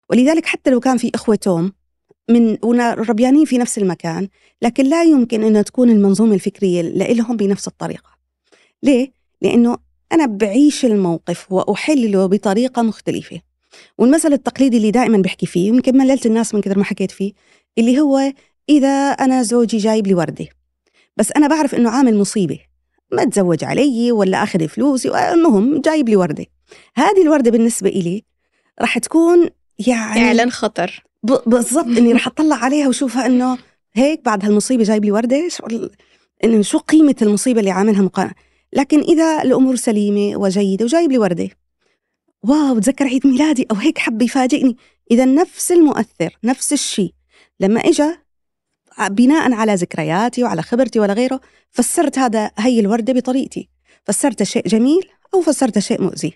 ولذلك حتى لو كان في إخوة توم من ربيانين في نفس المكان، لكن لا يمكن أن تكون المنظومة الفكرية لهم بنفس الطريقة. ليه؟ لأنه أنا بعيش الموقف وأحلله بطريقة مختلفة. والمثل التقليدي اللي دائما بحكي فيه، يمكن مللت الناس من كثر ما حكيت فيه، اللي هو إذا أنا زوجي جايب لي وردة، بس أنا بعرف إنه عامل مصيبة، ما تزوج علي ولا أخذ فلوسي، المهم جايب لي وردة، هذه الوردة بالنسبة إلي رح تكون يعني إعلان خطر. بالضبط. إني رح أطلع عليها وشوفها إنه هيك بعد هالمصيبة جايب لي وردة، إنه شو قيمة المصيبة اللي عاملها مقارنة. لكن إذا الأمور سليمة وجيدة وجايب لي وردة، واو تذكر عيد ميلادي أو هيك حب يفاجئني، إذا نفس المؤثر نفس الشيء لما إجا بناء على ذكرياتي وعلى خبرتي ولا غيره، فسرت هي الوردة بطريقتي، فسرت شيء جميل أو فسرت شيء مؤذي.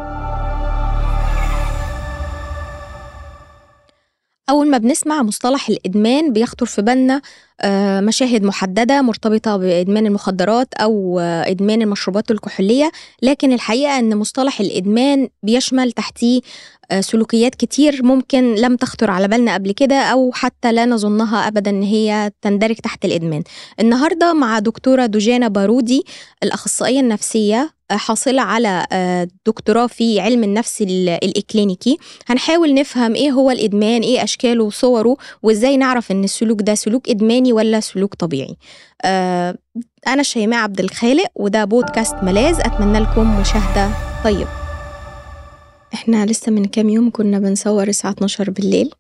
أول ما بنسمع مصطلح الإدمان بيخطر في بالنا مشاهد محددة مرتبطة بإدمان المخدرات أو إدمان المشروبات الكحولية، لكن الحقيقة أن مصطلح الإدمان بيشمل تحتيه سلوكيات كتير ممكن لم تخطر على بالنا قبل كده، أو حتى لا نظنها أبدا أن هي تندرج تحت الإدمان. النهاردة مع دكتورة دوجانا بارودي، الأخصائية النفسية حاصلة على دكتوراه في علم النفس الإكلينيكي، هنحاول نفهم إيه هو الإدمان، إيه أشكاله وصوره، وإزاي نعرف إن السلوك ده سلوك إدماني ولا سلوك طبيعي. أنا شيماء عبد الخالق، وده بودكاست ملاذ، أتمنى لكم مشاهدة طيب. إحنا لسه من كام يوم كنا بنصور الساعة 12 بالليل،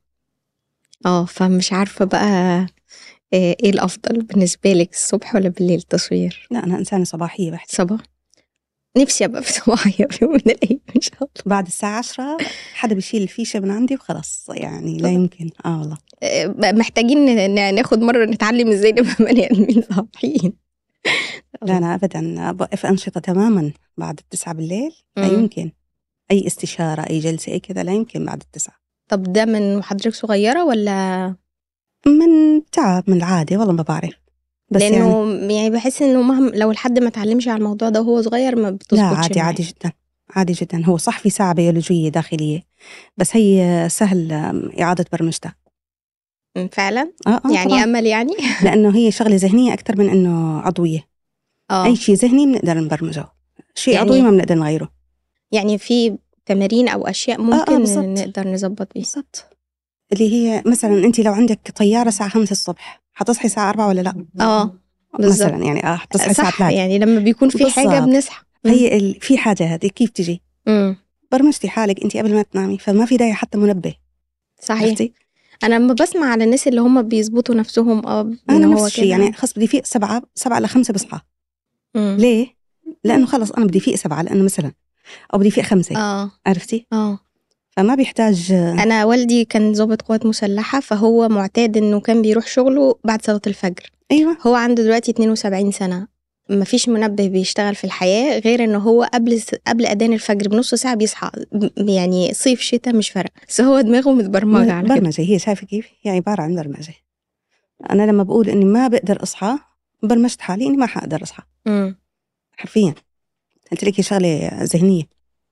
فمش عارفة بقى إيه الأفضل بالنسبة لك، الصبح ولا بالليل التصوير؟ لا أنا إنسانة صباحية بحت. صباح، نفسي أبقى في صباحية في يوم من الأيام إن شاء الله. بعد الساعة 10 حدا بيشيل الفيشة من عندي وخلاص، يعني لا يمكن. والله محتاجين ناخد مرة نتعلم إزاي نبقى بني آدمين صحيين. لا أنا أبدا بوقف أنشطة تماما بعد 9 بالليل، لا يمكن أي استشارة أي جلسة أي كذا، لا يمكن بعد 9. طب ده من حضرتك صغيرة ولا من تعب من العادة؟ والله ما بعرف، بس لأنه يعني بحس إنه مهما لو الحد ما تعلمش على الموضوع ده وهو صغير ما بتظبطش. لا عادي جدا، عادي جدا. هو صح في ساعة بيولوجية داخلية، بس هي سهل إعادة برمجتها فعلا. يعني طبعاً. أمل يعني لأنه هي شغلة ذهنية أكتر من إنه عضوية. أي شيء ذهني بنقدر نبرمجه، شيء يعني عضوي ما بنقدر نغيره. يعني في تمارين أو أشياء ممكن نقدر نظبط بيها. بالضبط. اللي هي مثلا أنت لو عندك طيارة الساعة 5 الصبح حتصحي الساعة 4 ولا لا؟ مثلا يعني حتصحي الساعة 3. يعني لما بيكون في حاجة بنصحى. هي في حاجة هذه كيف تجي؟ برمجتي حالك أنت قبل ما تنامي، فما في داعي حتى منبه. صحيح. عرفتي؟ أنا لما بسمع على الناس اللي هم بيظبطوا نفسهم أنا نفس الشيء، يعني خلص بدي فيق 7 ل 5 بصحى. ليه؟ لأنه خلص أنا بدي فيق 7 لأنه مثلا، أو بدي فيق 5. عرفتي؟ فما بيحتاج. أنا والدي كان ضابط قوات مسلحة، فهو معتاد إنه كان بيروح شغله بعد صلاة الفجر. أيوة. هو عنده دلوقتي 72 سنة، مفيش منبه بيشتغل في الحياة غير إنه هو قبل أذان الفجر بنص ساعة بيصحى، يعني صيف شتاء مش فارق، بس هو دماغه متبرمجة على برمجة. هي شايفة كيف هي عبارة عن برمجة. أنا لما بقول إني ما بقدر أصحى برمجت حالي إني ما حقدر أصحى. حرفيا قلت لك شغلة ذهنية.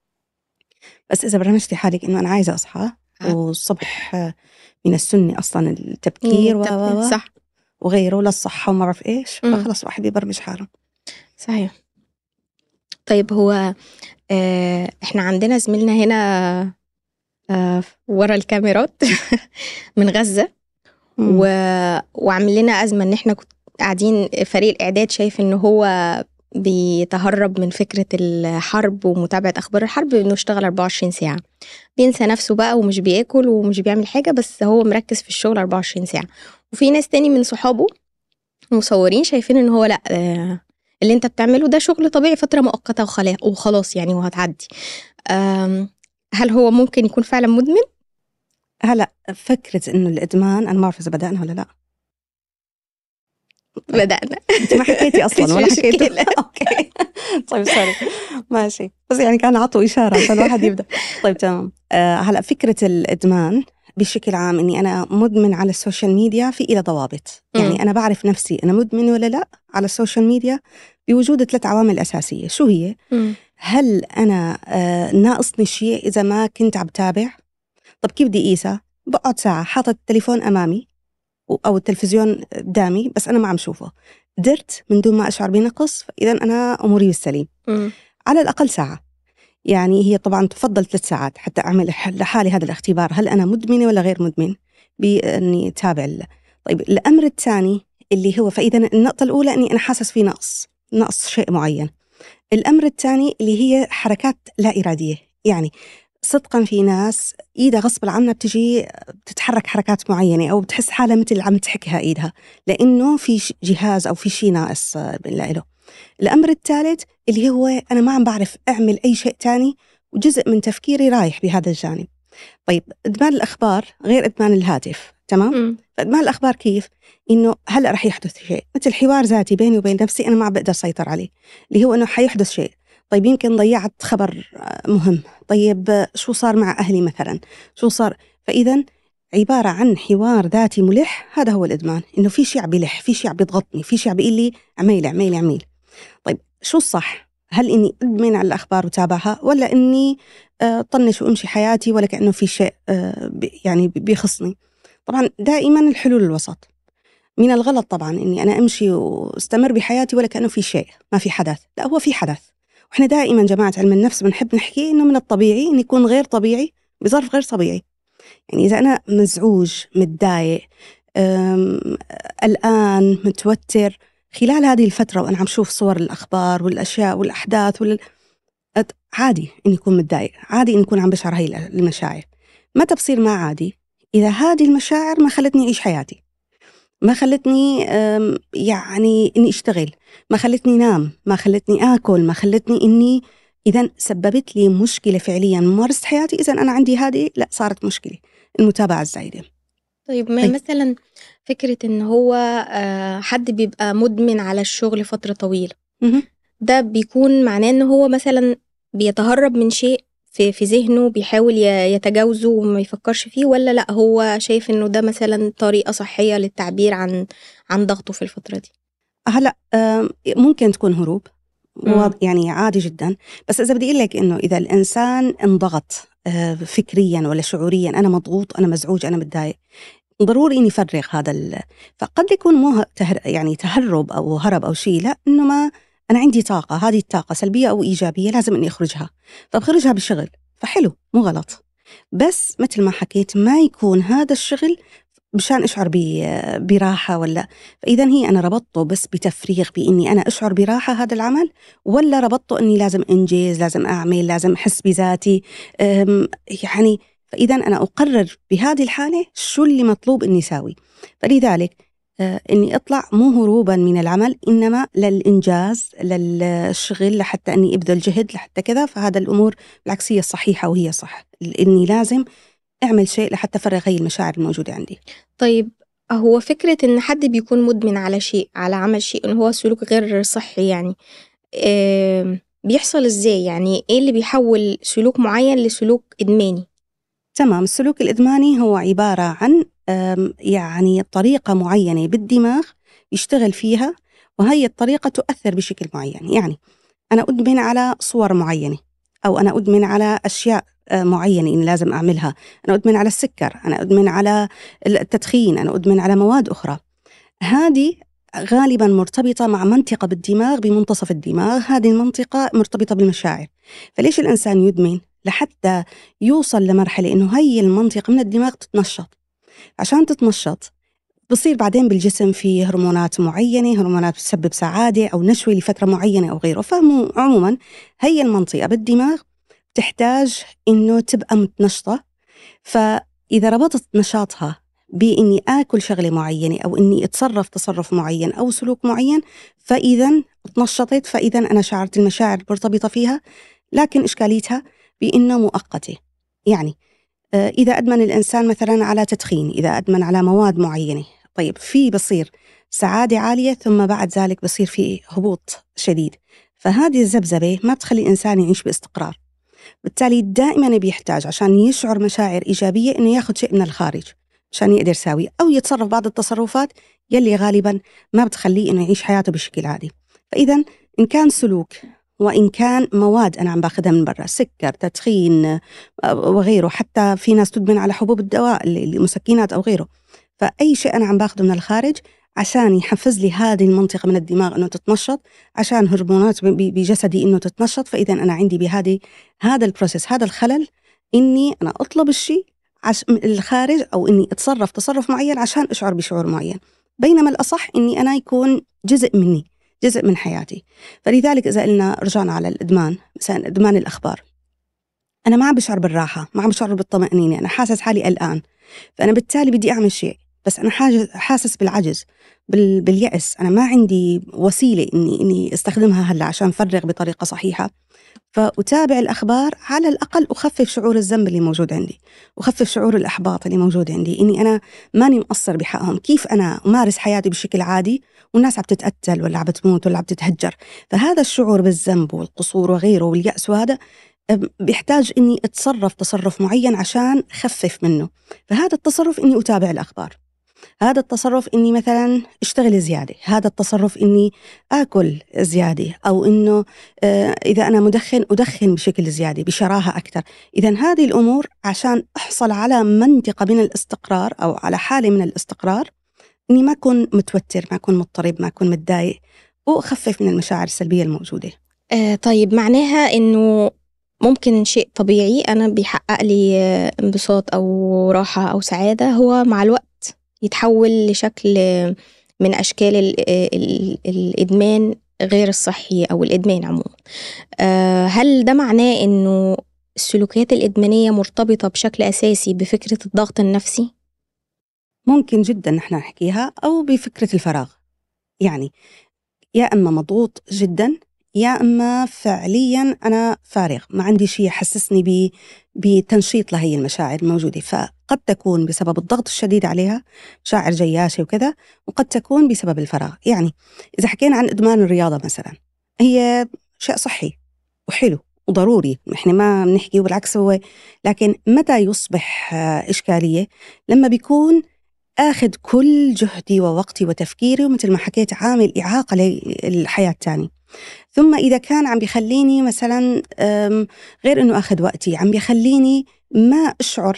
بس إذا برمجتي حالك إنه أنا عايزة أصحى والصبح من السنة أصلا التبكير صح، وغيره للصحة وما أعرف إيش، فخلص واحد بيبرمج حاله. صحيح. طيب هو إحنا عندنا زميلنا هنا ورا الكاميرات من غزة، وعمل لنا أزمة إن إحنا قاعدين فريق الإعداد شايف إنه هو بيتهرب من فكرة الحرب ومتابعة أخبار الحرب، إنه اشتغل 24 ساعة، بينسى نفسه بقى ومش بياكل ومش بيعمل حاجة، بس هو مركز في الشغل 24 ساعة. وفي ناس تاني من صحابه مصورين شايفين إنه هو لأ، اللي انت بتعمله ده شغل طبيعي فترة مؤقتة وخلاص يعني وهتعدي. هل هو ممكن يكون فعلا مدمن؟ هلا فكرة إنه الإدمان أنا ما أعرف إذا بدأنا ولا لأ. بدأنا. أنت ما حكيتي أصلا ولا حكيتي؟ أوكي طيب سوري ماشي، بس يعني كان عطوا إشارة عشان الواحد يبدأ. طيب تمام. هلا فكرة الإدمان بشكل عام إني أنا مدمن على السوشيال ميديا في إلى ضوابط. يعني أنا بعرف نفسي أنا مدمن ولا لأ على السوشيال ميديا بوجود 3 عوامل أساسية. شو هي؟ هل أنا ناقصني شيء إذا ما كنت عم تابع؟ طب كيف بدي أقيسها؟ بقعد ساعة حاطط التليفون أمامي أو التلفزيون قدامي بس أنا ما عم شوفه، قدرت من دون ما أشعر بنقص، فإذا أنا أموري بالسليم. على الأقل ساعة، يعني هي طبعا تفضل 3 ساعات حتى أعمل لحالي هذا الاختبار، هل أنا مدمنة ولا غير مدمن، بإني أتابع طيب الأمر الثاني اللي هو، فإذا النقطة الأولى أني أنا حاسس في نقص شيء معين. الأمر الثاني اللي هي حركات لا إرادية، يعني صدقا في ناس إيدها غصب عنها بتجي بتتحرك حركات معينة أو بتحس حالها مثل عم تحكها إيدها لأنه في جهاز أو في شيء ناقص له. الأمر الثالث اللي هو أنا ما عم بعرف أعمل أي شيء تاني وجزء من تفكيري رايح بهذا الجانب. طيب إدمان الأخبار غير إدمان الهاتف، تمام؟ فإدمان الأخبار كيف؟ إنه هلأ رح يحدث شيء مثل حوار ذاتي بيني وبين نفسي أنا ما بقدر أسيطر عليه، اللي هو إنه حيحدث شيء. طيب يمكن ضيعت خبر مهم، طيب شو صار مع أهلي مثلا، شو صار؟ فإذا عبارة عن حوار ذاتي ملح، هذا هو الإدمان، إنه في شيء عم بيلح، في شيء عم بيضغطني، في شيء عم بيقول لي عميل. طيب شو الصح؟ هل إني أدمن على الأخبار وتابعها، ولا إني طنش وأمشي حياتي ولا كأنه في شيء يعني بيخصني؟ طبعا دائما الحلول الوسط. من الغلط طبعا إني أنا أمشي واستمر بحياتي ولا كأنه في شيء، ما في حدث، لا هو في حدث. وإحنا دائما جماعة علم النفس بنحب نحكي إنه من الطبيعي إن يكون غير طبيعي بظرف غير طبيعي. يعني إذا أنا مزعوج، متضايق، قلقان، متوتر خلال هذه الفترة وأنا عم شوف صور الأخبار والأشياء والأحداث عادي إني أكون متضايق، عادي إني أكون عم بشعر هاي المشاعر. متى بصير ما عادي؟ إذا هذه المشاعر ما خلتني أعيش حياتي، ما خلتني يعني إني أشتغل، ما خلتني نام، ما خلتني آكل، ما خلتني إني إذن سببت لي مشكلة فعليا ممارسة حياتي، إذن أنا عندي هذه لا صارت مشكلة المتابعة الزايدة. طيب ما مثلا فكرة إن هو حد بيبقى مدمن على الشغل فترة طويلة، ده بيكون معناه إن هو مثلا بيتهرب من شيء في ذهنه بيحاول يتجاوزه وما يفكرش فيه، ولا لأ هو شايف إنه ده مثلا طريقة صحية للتعبير عن ضغطه في الفترة دي؟ هلأ ممكن تكون هروب يعني عادي جدا، بس إذا بدي أقول لك إنه إذا الإنسان انضغط فكريا ولا شعوريا، أنا مضغوط، أنا مزعوج، أنا متضايق، ضروري إني فرغ هذا فقد يكون مو يعني تهرب أو هرب أو شيء، لا إنه ما أنا عندي طاقة، هذه الطاقة سلبية أو إيجابية لازم إني أخرجها، فبخرجها بالشغل، فحلو مو غلط، بس مثل ما حكيت ما يكون هذا الشغل مشان أشعر براحة ولا. فإذا هي أنا ربطته بس بتفريغ بإني أنا أشعر براحة هذا العمل، ولا ربطته إني لازم أنجز، لازم أعمل، لازم أحس بذاتي يعني. فإذا أنا أقرر بهذه الحالة شو اللي مطلوب إني ساوي. فلذلك إني أطلع مو هروبا من العمل، إنما للإنجاز، للشغل، لحتى أني أبذل جهد لحتى كذا. فهذا الأمور بالعكسية الصحيحة وهي صح، إني لازم أعمل شيء لحتى أفرغ هاي المشاعر الموجودة عندي. طيب هو فكرة إن حد بيكون مدمن على شيء، على عمل شيء، إن هو سلوك غير صحي يعني بيحصل إزاي؟ يعني إيه اللي بيحول سلوك معين لسلوك إدماني؟ تمام، السلوك الإدماني هو عبارة عن يعني طريقة معينة بالدماغ يشتغل فيها، وهي الطريقة تؤثر بشكل معين. يعني أنا أدمن على صور معينة، أو أنا أدمن على أشياء معينة إن لازم أعملها، أنا أدمن على السكر، أنا أدمن على التدخين، أنا أدمن على مواد أخرى. هذه غالبا مرتبطة مع منطقة بالدماغ بمنتصف الدماغ، هذه المنطقة مرتبطة بالمشاعر. فليش الإنسان يدمن؟ لحتى يوصل لمرحلة إنه هي المنطقة من الدماغ تتنشط. عشان تتنشط بصير بعدين بالجسم في هرمونات معينة، هرمونات تسبب سعادة أو نشوة لفترة معينة أو غيره. عموما هي المنطقة بالدماغ تحتاج إنه تبقى متنشطة. فإذا ربطت نشاطها بإني آكل شغلة معينة أو إني أتصرف تصرف معين أو سلوك معين، فإذا تنشطت، فإذا أنا شعرت المشاعر مرتبطة فيها، لكن إشكاليتها بإنه مؤقتة. يعني إذا أدمن الإنسان مثلا على تدخين، إذا أدمن على مواد معينة، طيب بصير سعادة عالية، ثم بعد ذلك بصير في هبوط شديد. فهذه الذبذبة ما بتخلي الإنسان يعيش باستقرار. بالتالي دائما بيحتاج عشان يشعر مشاعر إيجابية إنه ياخد شيء من الخارج عشان يقدر يساوي أو يتصرف بعض التصرفات يلي غالبا ما بتخليه إنه يعيش حياته بشكل عادي. فإذا إن كان سلوك وإن كان مواد أنا عم باخدها من برا، سكر، تدخين وغيره، حتى في ناس تدمن على حبوب الدواء المسكنات أو غيره. فأي شيء أنا عم باخده من الخارج عشان يحفز لي هذه المنطقة من الدماغ إنه تتنشط، عشان هرمونات بجسدي إنه تتنشط. فإذا أنا عندي هذا البروسيس، هذا الخلل، إني أنا أطلب الشيء من الخارج، أو إني أتصرف تصرف معين عشان أشعر بشعور معين. بينما الأصح إني أنا يكون جزء مني، جزء من حياتي. فلذلك إذا قلنا رجعنا على الإدمان، مثلا إدمان الأخبار، أنا ما عم بشعر بالراحة، ما عم بشعر بالطمأنينة، أنا حاسس حالي قلقان، فأنا بالتالي بدي أعمل شيء، بس أنا حاسس بالعجز، باليأس، أنا ما عندي وسيلة إني استخدمها هلا عشان أفرغ بطريقة صحيحة. فأتابع الأخبار، على الأقل أخفف شعور الذنب اللي موجود عندي، أخفف شعور الإحباط اللي موجود عندي، إني أنا ماني مقصر بحقهم. كيف أنا أمارس حياتي بشكل عادي والناس عم تتقتل ولا عم بتموت ولا عم تتهجر؟ فهذا الشعور بالذنب والقصور وغيره واليأس، وهذا بيحتاج إني أتصرف تصرف معين عشان خفف منه. فهذا التصرف إني أتابع الأخبار، هذا التصرف إني مثلا اشتغل زيادة، هذا التصرف إني آكل زيادة، أو إنه إذا أنا أدخن بشكل زيادة بشراهة أكثر. إذن هذه الأمور عشان أحصل على منطقة من الاستقرار أو على حالة من الاستقرار، إني ما أكون متوتر، ما أكون مضطرب، ما أكون متضايق، وأخفف من المشاعر السلبية الموجودة. طيب معناها إنه ممكن شيء طبيعي أنا بيحقق لي انبساط أو راحة أو سعادة، هو مع الوقت يتحول لشكل من أشكال الإدمان غير الصحي أو الإدمان عموما. هل ده معناه إنه السلوكيات الإدمانية مرتبطة بشكل أساسي بفكرة الضغط النفسي؟ ممكن جدا نحن نحكيها، أو بفكرة الفراغ. يعني يا أما مضغوط جدا، يا أما فعليا أنا فارغ، ما عندي شيء يحسسني بتنشيط لهي المشاعر الموجودة. فقد تكون بسبب الضغط الشديد عليها، مشاعر جياشة وكذا، وقد تكون بسبب الفراغ. يعني إذا حكينا عن إدمان الرياضة مثلا، هي شيء صحي وحلو وضروري، نحن ما بنحكي، بالعكس هو، لكن متى يصبح إشكالية؟ لما بيكون آخذ كل جهدي ووقتي وتفكيري، ومثل ما حكيت عامل إعاقة للحياة التاني. ثم إذا كان عم بيخليني مثلا غير أنه أخذ وقتي، عم بيخليني ما أشعر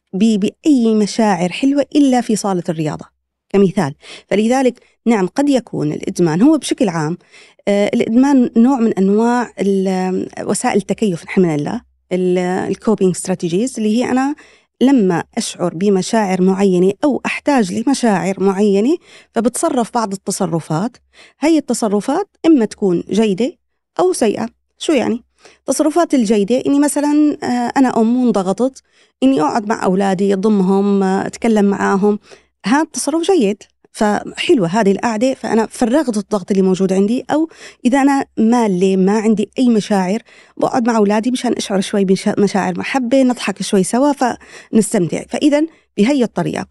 بأي مشاعر حلوة إلا في صالة الرياضة كمثال. فلذلك نعم، قد يكون الإدمان هو بشكل عام، الإدمان نوع من أنواع وسائل التكيف، نحمد الله، الكوبينج ستراتيجيز، اللي هي أنا لما أشعر بمشاعر معينة أو أحتاج لمشاعر معينة فبتصرف بعض التصرفات. هاي التصرفات إما تكون جيدة أو سيئة. شو يعني؟ تصرفات الجيدة إني مثلا أنا أم وانضغطت، إني أقعد مع أولادي، أضمهم، أتكلم معاهم، هذا تصرف جيد، فحلوة هذه القعدة، فأنا فرغت الضغط اللي موجود عندي. أو إذا أنا ما عندي أي مشاعر، بقعد مع أولادي مشان أشعر شوي بمشاعر محبة، نضحك شوي سوا فنستمتع. فإذا بهي الطريقة.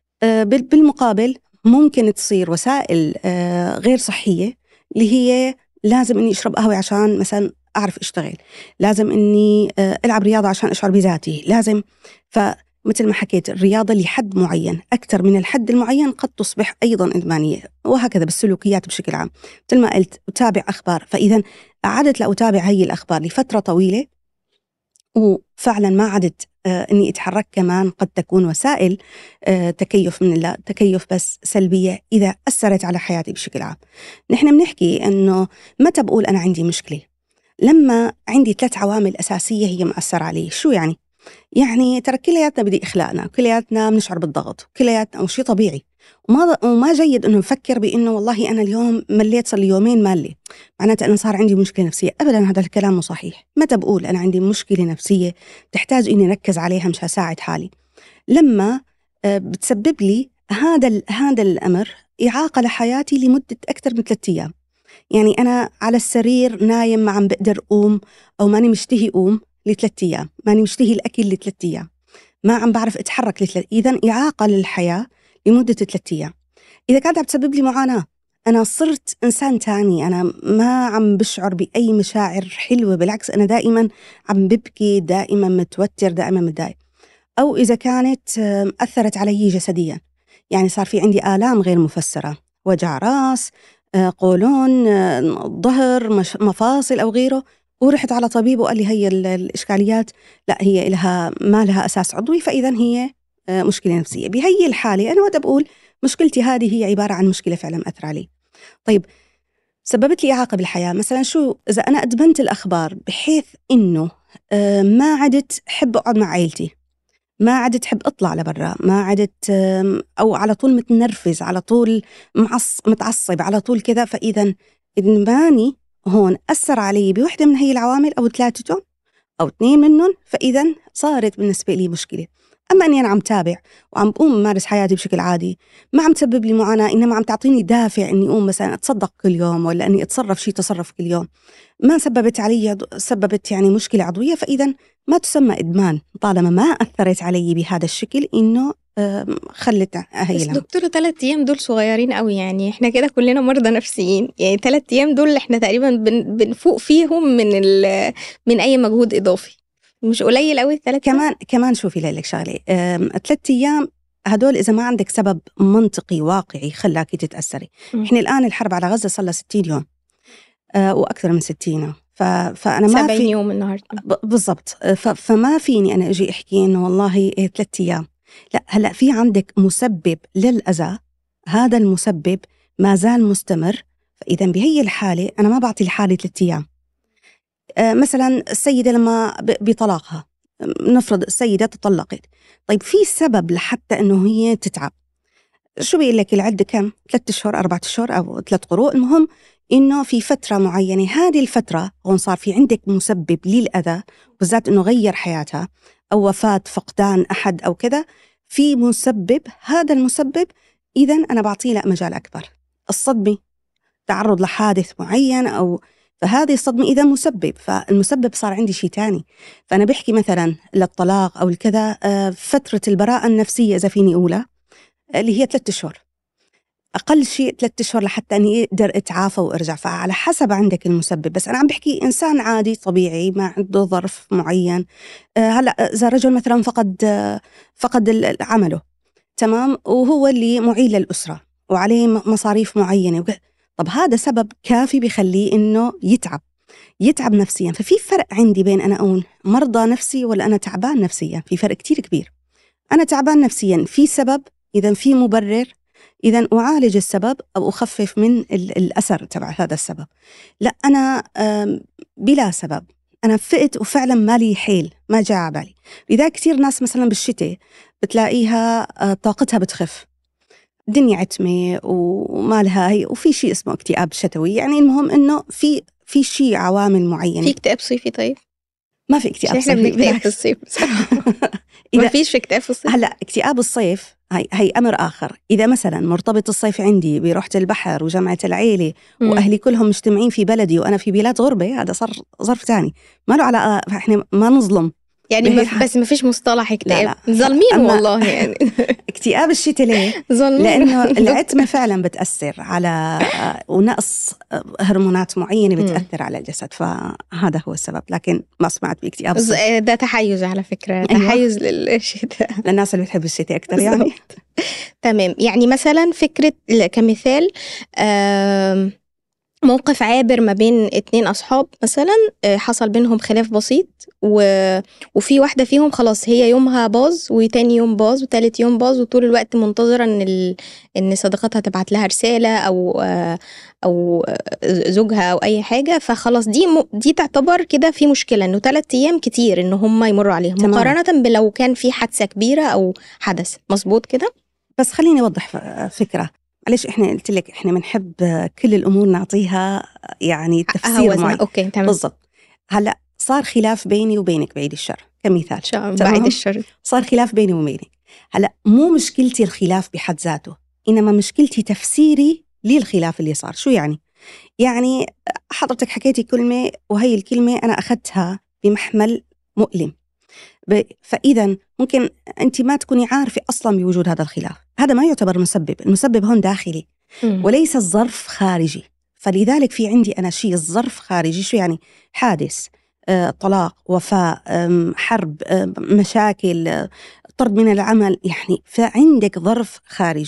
بالمقابل ممكن تصير وسائل غير صحية، اللي هي لازم إني أشرب قهوة عشان مثلا أعرف أشتغل، لازم إني ألعب رياضة عشان أشعر بذاتي، لازم. فمثل ما حكيت، الرياضة لحد معين، أكثر من الحد المعين قد تصبح أيضا إدمانية، وهكذا بالسلوكيات بشكل عام. مثل ما قلت، أتابع أخبار، فإذا قعدت لأتابع هي الأخبار لفترة طويلة، وفعلا ما عدت إني أتحرك، كمان قد تكون وسائل تكيف من الله، تكيف بس سلبية إذا أثرت على حياتي بشكل عام. نحن بنحكي إنه متى بقول أنا عندي مشكلة؟ لما عندي 3 عوامل أساسية هي مأثر علي. شو يعني؟ يعني ترى كلياتنا بدي إخلاقنا، كلياتنا بنشعر بالضغط، كلياتنا، وشي طبيعي، وما جيد إنه نفكر بإنه والله أنا اليوم مليت، صار لي يومين مالي، معناته أنا صار عندي مشكلة نفسية. أبدا، هذا الكلام مو صحيح. متى بقول أنا عندي مشكلة نفسية تحتاج إني أركز عليها مش هساعد حالي؟ لما بتسبب لي هذا الأمر إعاقة لحياتي لمدة أكثر من 3 أيام. يعني أنا على السرير نايم، ما عم بقدر أقوم، أو ماني مشتهي أقوم ل3 أيام، ماني مشتهي الأكل ل3 أيام، ما عم بعرف أتحرك إذن إعاقة للحياة لمدة 3 أيام. إذا كانت عم تسبب لي معاناة، أنا صرت إنسان تاني، أنا ما عم بشعر بأي مشاعر حلوة، بالعكس أنا دائما عم ببكي، دائما متوتر، دائما متضايق. أو إذا كانت أثرت علي جسديا، يعني صار في عندي آلام غير مفسرة، وجع راس، قولون، ظهر، مفاصل أو غيره، ورحت على طبيب وقال لي هي الإشكاليات لا هي ما لها أساس عضوي، فإذا هي مشكلة نفسية. بهي الحالة أنا وقت بقول مشكلتي هذه هي عبارة عن مشكلة فعلا مأثرة علي. طيب سببت لي إعاقة بالحياة، مثلا شو إذا أنا أدمنت الأخبار بحيث إنه ما عدت حب أقعد مع عائلتي، ما عدت حب أطلع لبرا، ما عدت أو على طول متنرفز، على طول متعصب، على طول كذا، فإذا إدماني هون أثر علي بوحدة من هي العوامل أو 3 أو 2 منهم، فإذا صارت بالنسبة لي مشكلة. أما أني أنا عم تابع وعم بقوم مارس حياتي بشكل عادي، ما عم تسبب لي معاناة، إنما عم تعطيني دافع إني أقوم مثلا أتصدق كل يوم، ولا أني أتصرف شيء تصرف كل يوم، ما سببت يعني مشكلة عضوية، فإذا ما تسمى إدمان طالما ما أثرت علي بهذا الشكل إنه خلت هي. بس دكتورة 3 أيام دول صغيرين قوي، يعني إحنا كده كلنا مرضى نفسيين، يعني 3 أيام دول إحنا تقريبا بنفوق فيهم من أي مجهود إضافي، مش قليل قوي 3 أيام. كمان شوفي لك شغلة، 3 أيام هدول إذا ما عندك سبب منطقي واقعي خلاكي تتأثري. إحنا الآن الحرب على غزة صار لها 60 يوم وأكثر من 60 يوم، فأنا ما 70 يوم النهاردة بالضبط. فما فيني أنا أجي أحكي إنه والله 3 أيام، لا، هلأ في عندك مسبب للأذى، هذا المسبب ما زال مستمر، فإذا بهي الحالة أنا ما بعطي لحالي 3 أيام. مثلا السيدة لما بطلاقها، نفرض السيدة تطلقت، طيب في سبب لحتى إنه هي تتعب، شو بيقول لك العدة كم؟ 3 أشهر 4 أشهر أو 3 قروء، المهم إنه في فترة معينة، هذه الفترة هون صار في عندك مسبب للأذى، بالذات إنه غير حياتها أو وفاة، فقدان أحد أو كذا، في مسبب، هذا المسبب إذن أنا بعطيه له مجال أكبر. الصدمة، تعرض لحادث معين، أو فهذه الصدمة إذا مسبب، فالمسبب صار عندي شيء تاني. فأنا بحكي مثلا للطلاق أو الكذا، فترة البراءة النفسية إذا فيني أقولها اللي هي 3 أشهر، أقل شيء 3 أشهر لحتى أني أقدر أتعافى وأرجع، فعلى حسب عندك المسبب. بس أنا عم بحكي إنسان عادي طبيعي ما عنده ظرف معين، هلأ إذا رجل مثلا فقد عمله، تمام، وهو اللي معيل للأسرة وعليه مصاريف معينة، طب هذا سبب كافي بيخليه إنه يتعب نفسيا. ففي فرق عندي بين أنا أقول مرضى نفسي ولا أنا تعبان نفسيا، في فرق كتير كبير. أنا تعبان نفسيا في سبب، إذا في مبرر، إذا أعالج السبب أو أخفف من الأثر تبع هذا السبب. لا أنا بلا سبب أنا فقت وفعلا مالي حيل، ما جاء على بالي. لذا كتير ناس مثلا بالشتاء بتلاقيها طاقتها بتخف، الدنيا عتمة وما لها هي، وفي شيء اسمه اكتئاب شتوي. يعني المهم إنه في شيء عوامل معينة. في اكتئاب صيفي؟ طيب ما في اكتئاب صيفي، احنا بنكتئب في الصيف بصراحة. ما فيش اكتئاب في الصيف. هلا اكتئاب الصيف هي أمر آخر. إذا مثلا مرتبط الصيف عندي بروحة البحر وجمعة العيلة وأهلي كلهم مجتمعين في بلدي وأنا في بلاد غربة، هذا صار ظرف تاني ما له علاقة، إحنا ما نظلم يعني بس ما فيش مصطلح اكتئاب، ظالمين والله يعني. اكتئاب الشتاء ليه؟ لأنه العتمة فعلا بتأثر على ونقص هرمونات معينة بتأثر على الجسد، فهذا هو السبب. لكن ما سمعت باكتئاب الصيف. ده تحيز على فكرة، تحيز للشتاء، للناس اللي بتحب الشتاء أكتر يعني. تمام. يعني مثلا فكرة كمثال موقف عابر ما بين 2 أصحاب مثلا، حصل بينهم خلاف بسيط، وفي واحدة فيهم خلاص هي يومها باظ، وتاني يوم باظ، وتالت يوم باظ، وطول الوقت منتظرة إن صديقتها تبعت لها رسالة أو زوجها أو أي حاجة. فخلاص دي تعتبر كده في مشكلة، إنه 3 أيام كتير إنه هم يمروا عليهم، مقارنة بلو كان في حادثة كبيرة أو حدث. مظبوط كده؟ بس خليني أوضح فكرة. معلش إحنا قلت لك إحنا بنحب كل الأمور نعطيها يعني تفسير معين. أوكي تمام. بالضبط. هلأ صار خلاف بيني وبينك بعيد الشر كمثال، بعيد الشر صار خلاف بيني وبينك. هلأ مو مشكلتي الخلاف بحد ذاته، إنما مشكلتي تفسيري للخلاف اللي صار. شو يعني حضرتك حكيتي كلمة وهي الكلمة أنا أخذتها بمحمل مؤلم، فإذا ممكن أنت ما تكوني عارفة أصلا بوجود هذا الخلاف. هذا ما يعتبر مسبب، المسبب هون داخلي وليس الظرف خارجي. فلذلك في عندي أنا شيء الظرف خارجي. شو يعني؟ حادث، طلاق، وفاة، حرب، مشاكل، طرد من العمل، يعني فعندك ظرف خارجي.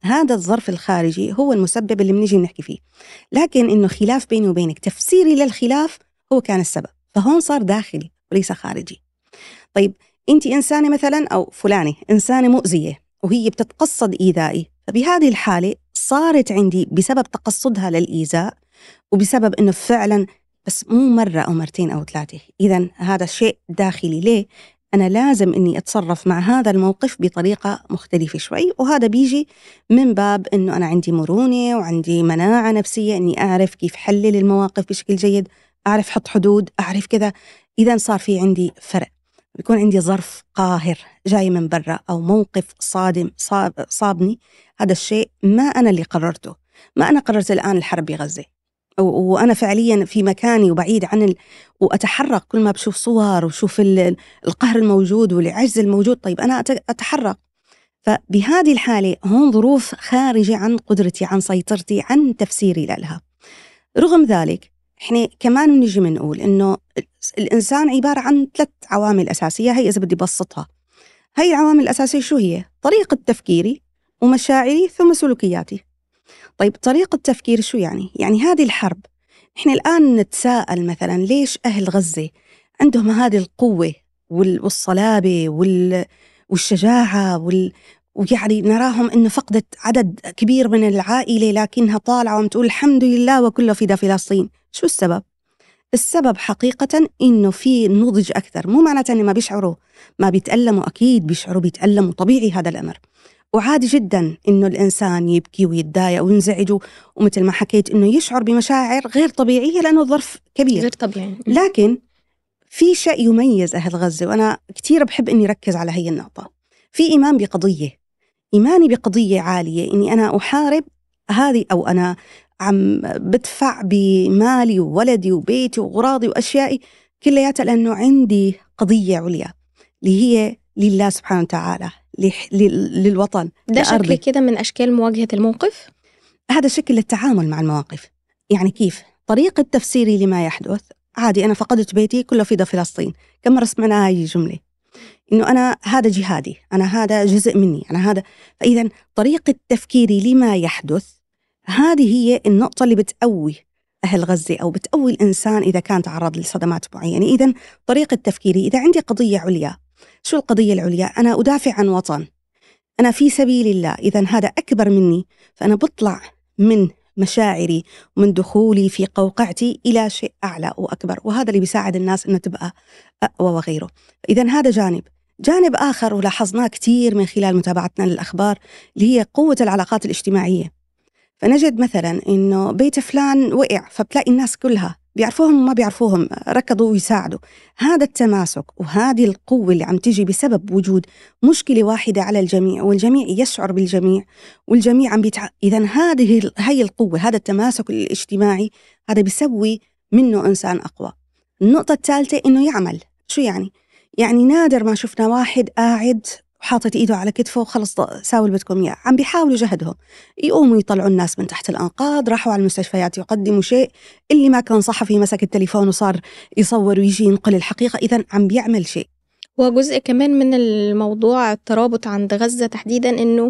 هذا الظرف الخارجي هو المسبب اللي بنيجي نحكي فيه. لكن إنه خلاف بيني وبينك، تفسيري للخلاف هو كان السبب، فهون صار داخلي وليس خارجي. طيب أنت إنسانة مثلا، أو فلانة إنسانة مؤذية وهي بتتقصد إيذائي، فبهذه الحالة صارت عندي بسبب تقصدها للإيذاء، وبسبب إنه فعلا بس مو مرة أو مرتين أو ثلاثة. إذن هذا شيء داخلي. ليه؟ أنا لازم إني أتصرف مع هذا الموقف بطريقة مختلفة شوي، وهذا بيجي من باب إنه أنا عندي مرونة وعندي مناعة نفسية، إني أعرف كيف حلل المواقف بشكل جيد، أعرف حط حدود، أعرف كذا. إذن صار في عندي فرق، بيكون عندي ظرف قاهر جاي من برا، أو موقف صادم صابني. هذا الشيء ما أنا اللي قررته، ما أنا قررت الآن الحرب بغزة وأنا فعليا في مكاني وبعيد عن وأتحرك كل ما بشوف صور وشوف القهر الموجود والعجز الموجود. طيب أنا أتحرك. فبهذه الحالة هون ظروف خارجة عن قدرتي، عن سيطرتي، عن تفسيري لها. رغم ذلك إحنا كمان نجي منقول إنه الإنسان عبارة عن 3 عوامل أساسية. هي إذا بدي بسطها، هي العوامل الأساسية شو هي؟ طريقة تفكيري ومشاعري ثم سلوكياتي. طيب طريقة تفكير شو يعني؟ يعني هذه الحرب، إحنا الآن نتساءل مثلا ليش أهل غزة عندهم هذه القوة والصلابة والشجاعة ويعني نراهم إنه فقدت عدد كبير من العائلة لكنها طالعة ومتقول الحمد لله وكله فدا فلسطين. شو السبب؟ السبب حقيقة إنه في نضج أكثر. مو معناته إنه ما بيشعروا، ما بيتألموا، أكيد بيشعروا، بيتألموا، طبيعي هذا الأمر، وعادي جدا إنه الإنسان يبكي ويتضايق وينزعج، ومثل ما حكيت إنه يشعر بمشاعر غير طبيعية لأنه الظرف كبير غير طبيعي. لكن في شيء يميز أهل غزة، وأنا كتير بحب إني ركز على هي النقطة. في إيمان بقضية، إيماني بقضية عالية، إني أنا أحارب هذه، أو أنا عم بدفع بمالي وولدي وبيتي وغراضي وأشيائي كلياتها لأنه عندي قضية عليا اللي هي لله سبحانه وتعالى، للوطن. ده شكل كده من أشكال مواجهة الموقف. هذا شكل التعامل مع المواقف. يعني كيف؟ طريقة تفسيري لما يحدث عادي. أنا فقدت بيتي كله فدا فلسطين، كم مرة سمعنا هاي الجملة، إنه أنا هذا جهادي، أنا هذا جزء مني، أنا هذا. فإذا طريقة تفكيري لما يحدث هذه هي النقطة اللي بتقوي أهل غزة أو بتقوي الإنسان إذا كان تعرض لصدمات معينة. إذن طريقة تفكيري، إذا عندي قضية عليا، شو القضية العليا؟ أنا أدافع عن وطن، أنا في سبيل الله، إذن هذا أكبر مني، فأنا بطلع من مشاعري ومن دخولي في قوقعتي إلى شيء أعلى وأكبر، وهذا اللي بيساعد الناس إنه تبقى أقوى وغيره. إذن هذا جانب آخر ولاحظناه كتير من خلال متابعتنا للأخبار، اللي هي قوة العلاقات الاجتماعية. فنجد مثلا إنه بيت فلان وقع، فبتلاقي الناس كلها بيعرفوهم وما بيعرفوهم ركضوا ويساعدوا. هذا التماسك وهذه القوة اللي عم تيجي بسبب وجود مشكلة واحدة على الجميع، والجميع يشعر بالجميع، والجميع عم إذن هي القوة، هذا التماسك الاجتماعي، هذا بيسوي منه إنسان أقوى. النقطة الثالثة إنه يعمل. شو يعني؟ يعني نادر ما شفنا واحد قاعد حاطت إيده على كتفه وخلص ساوي اللي بدكم إياه. عم بيحاولوا جهدهم، يقوموا يطلعوا الناس من تحت الأنقاض، راحوا على المستشفيات يقدموا شيء، اللي ما كان صحفي مسك التليفون وصار يصور ويجي ينقل الحقيقة. إذن عم بيعمل شيء. وجزء كمان من الموضوع الترابط عند غزة تحديدا إنه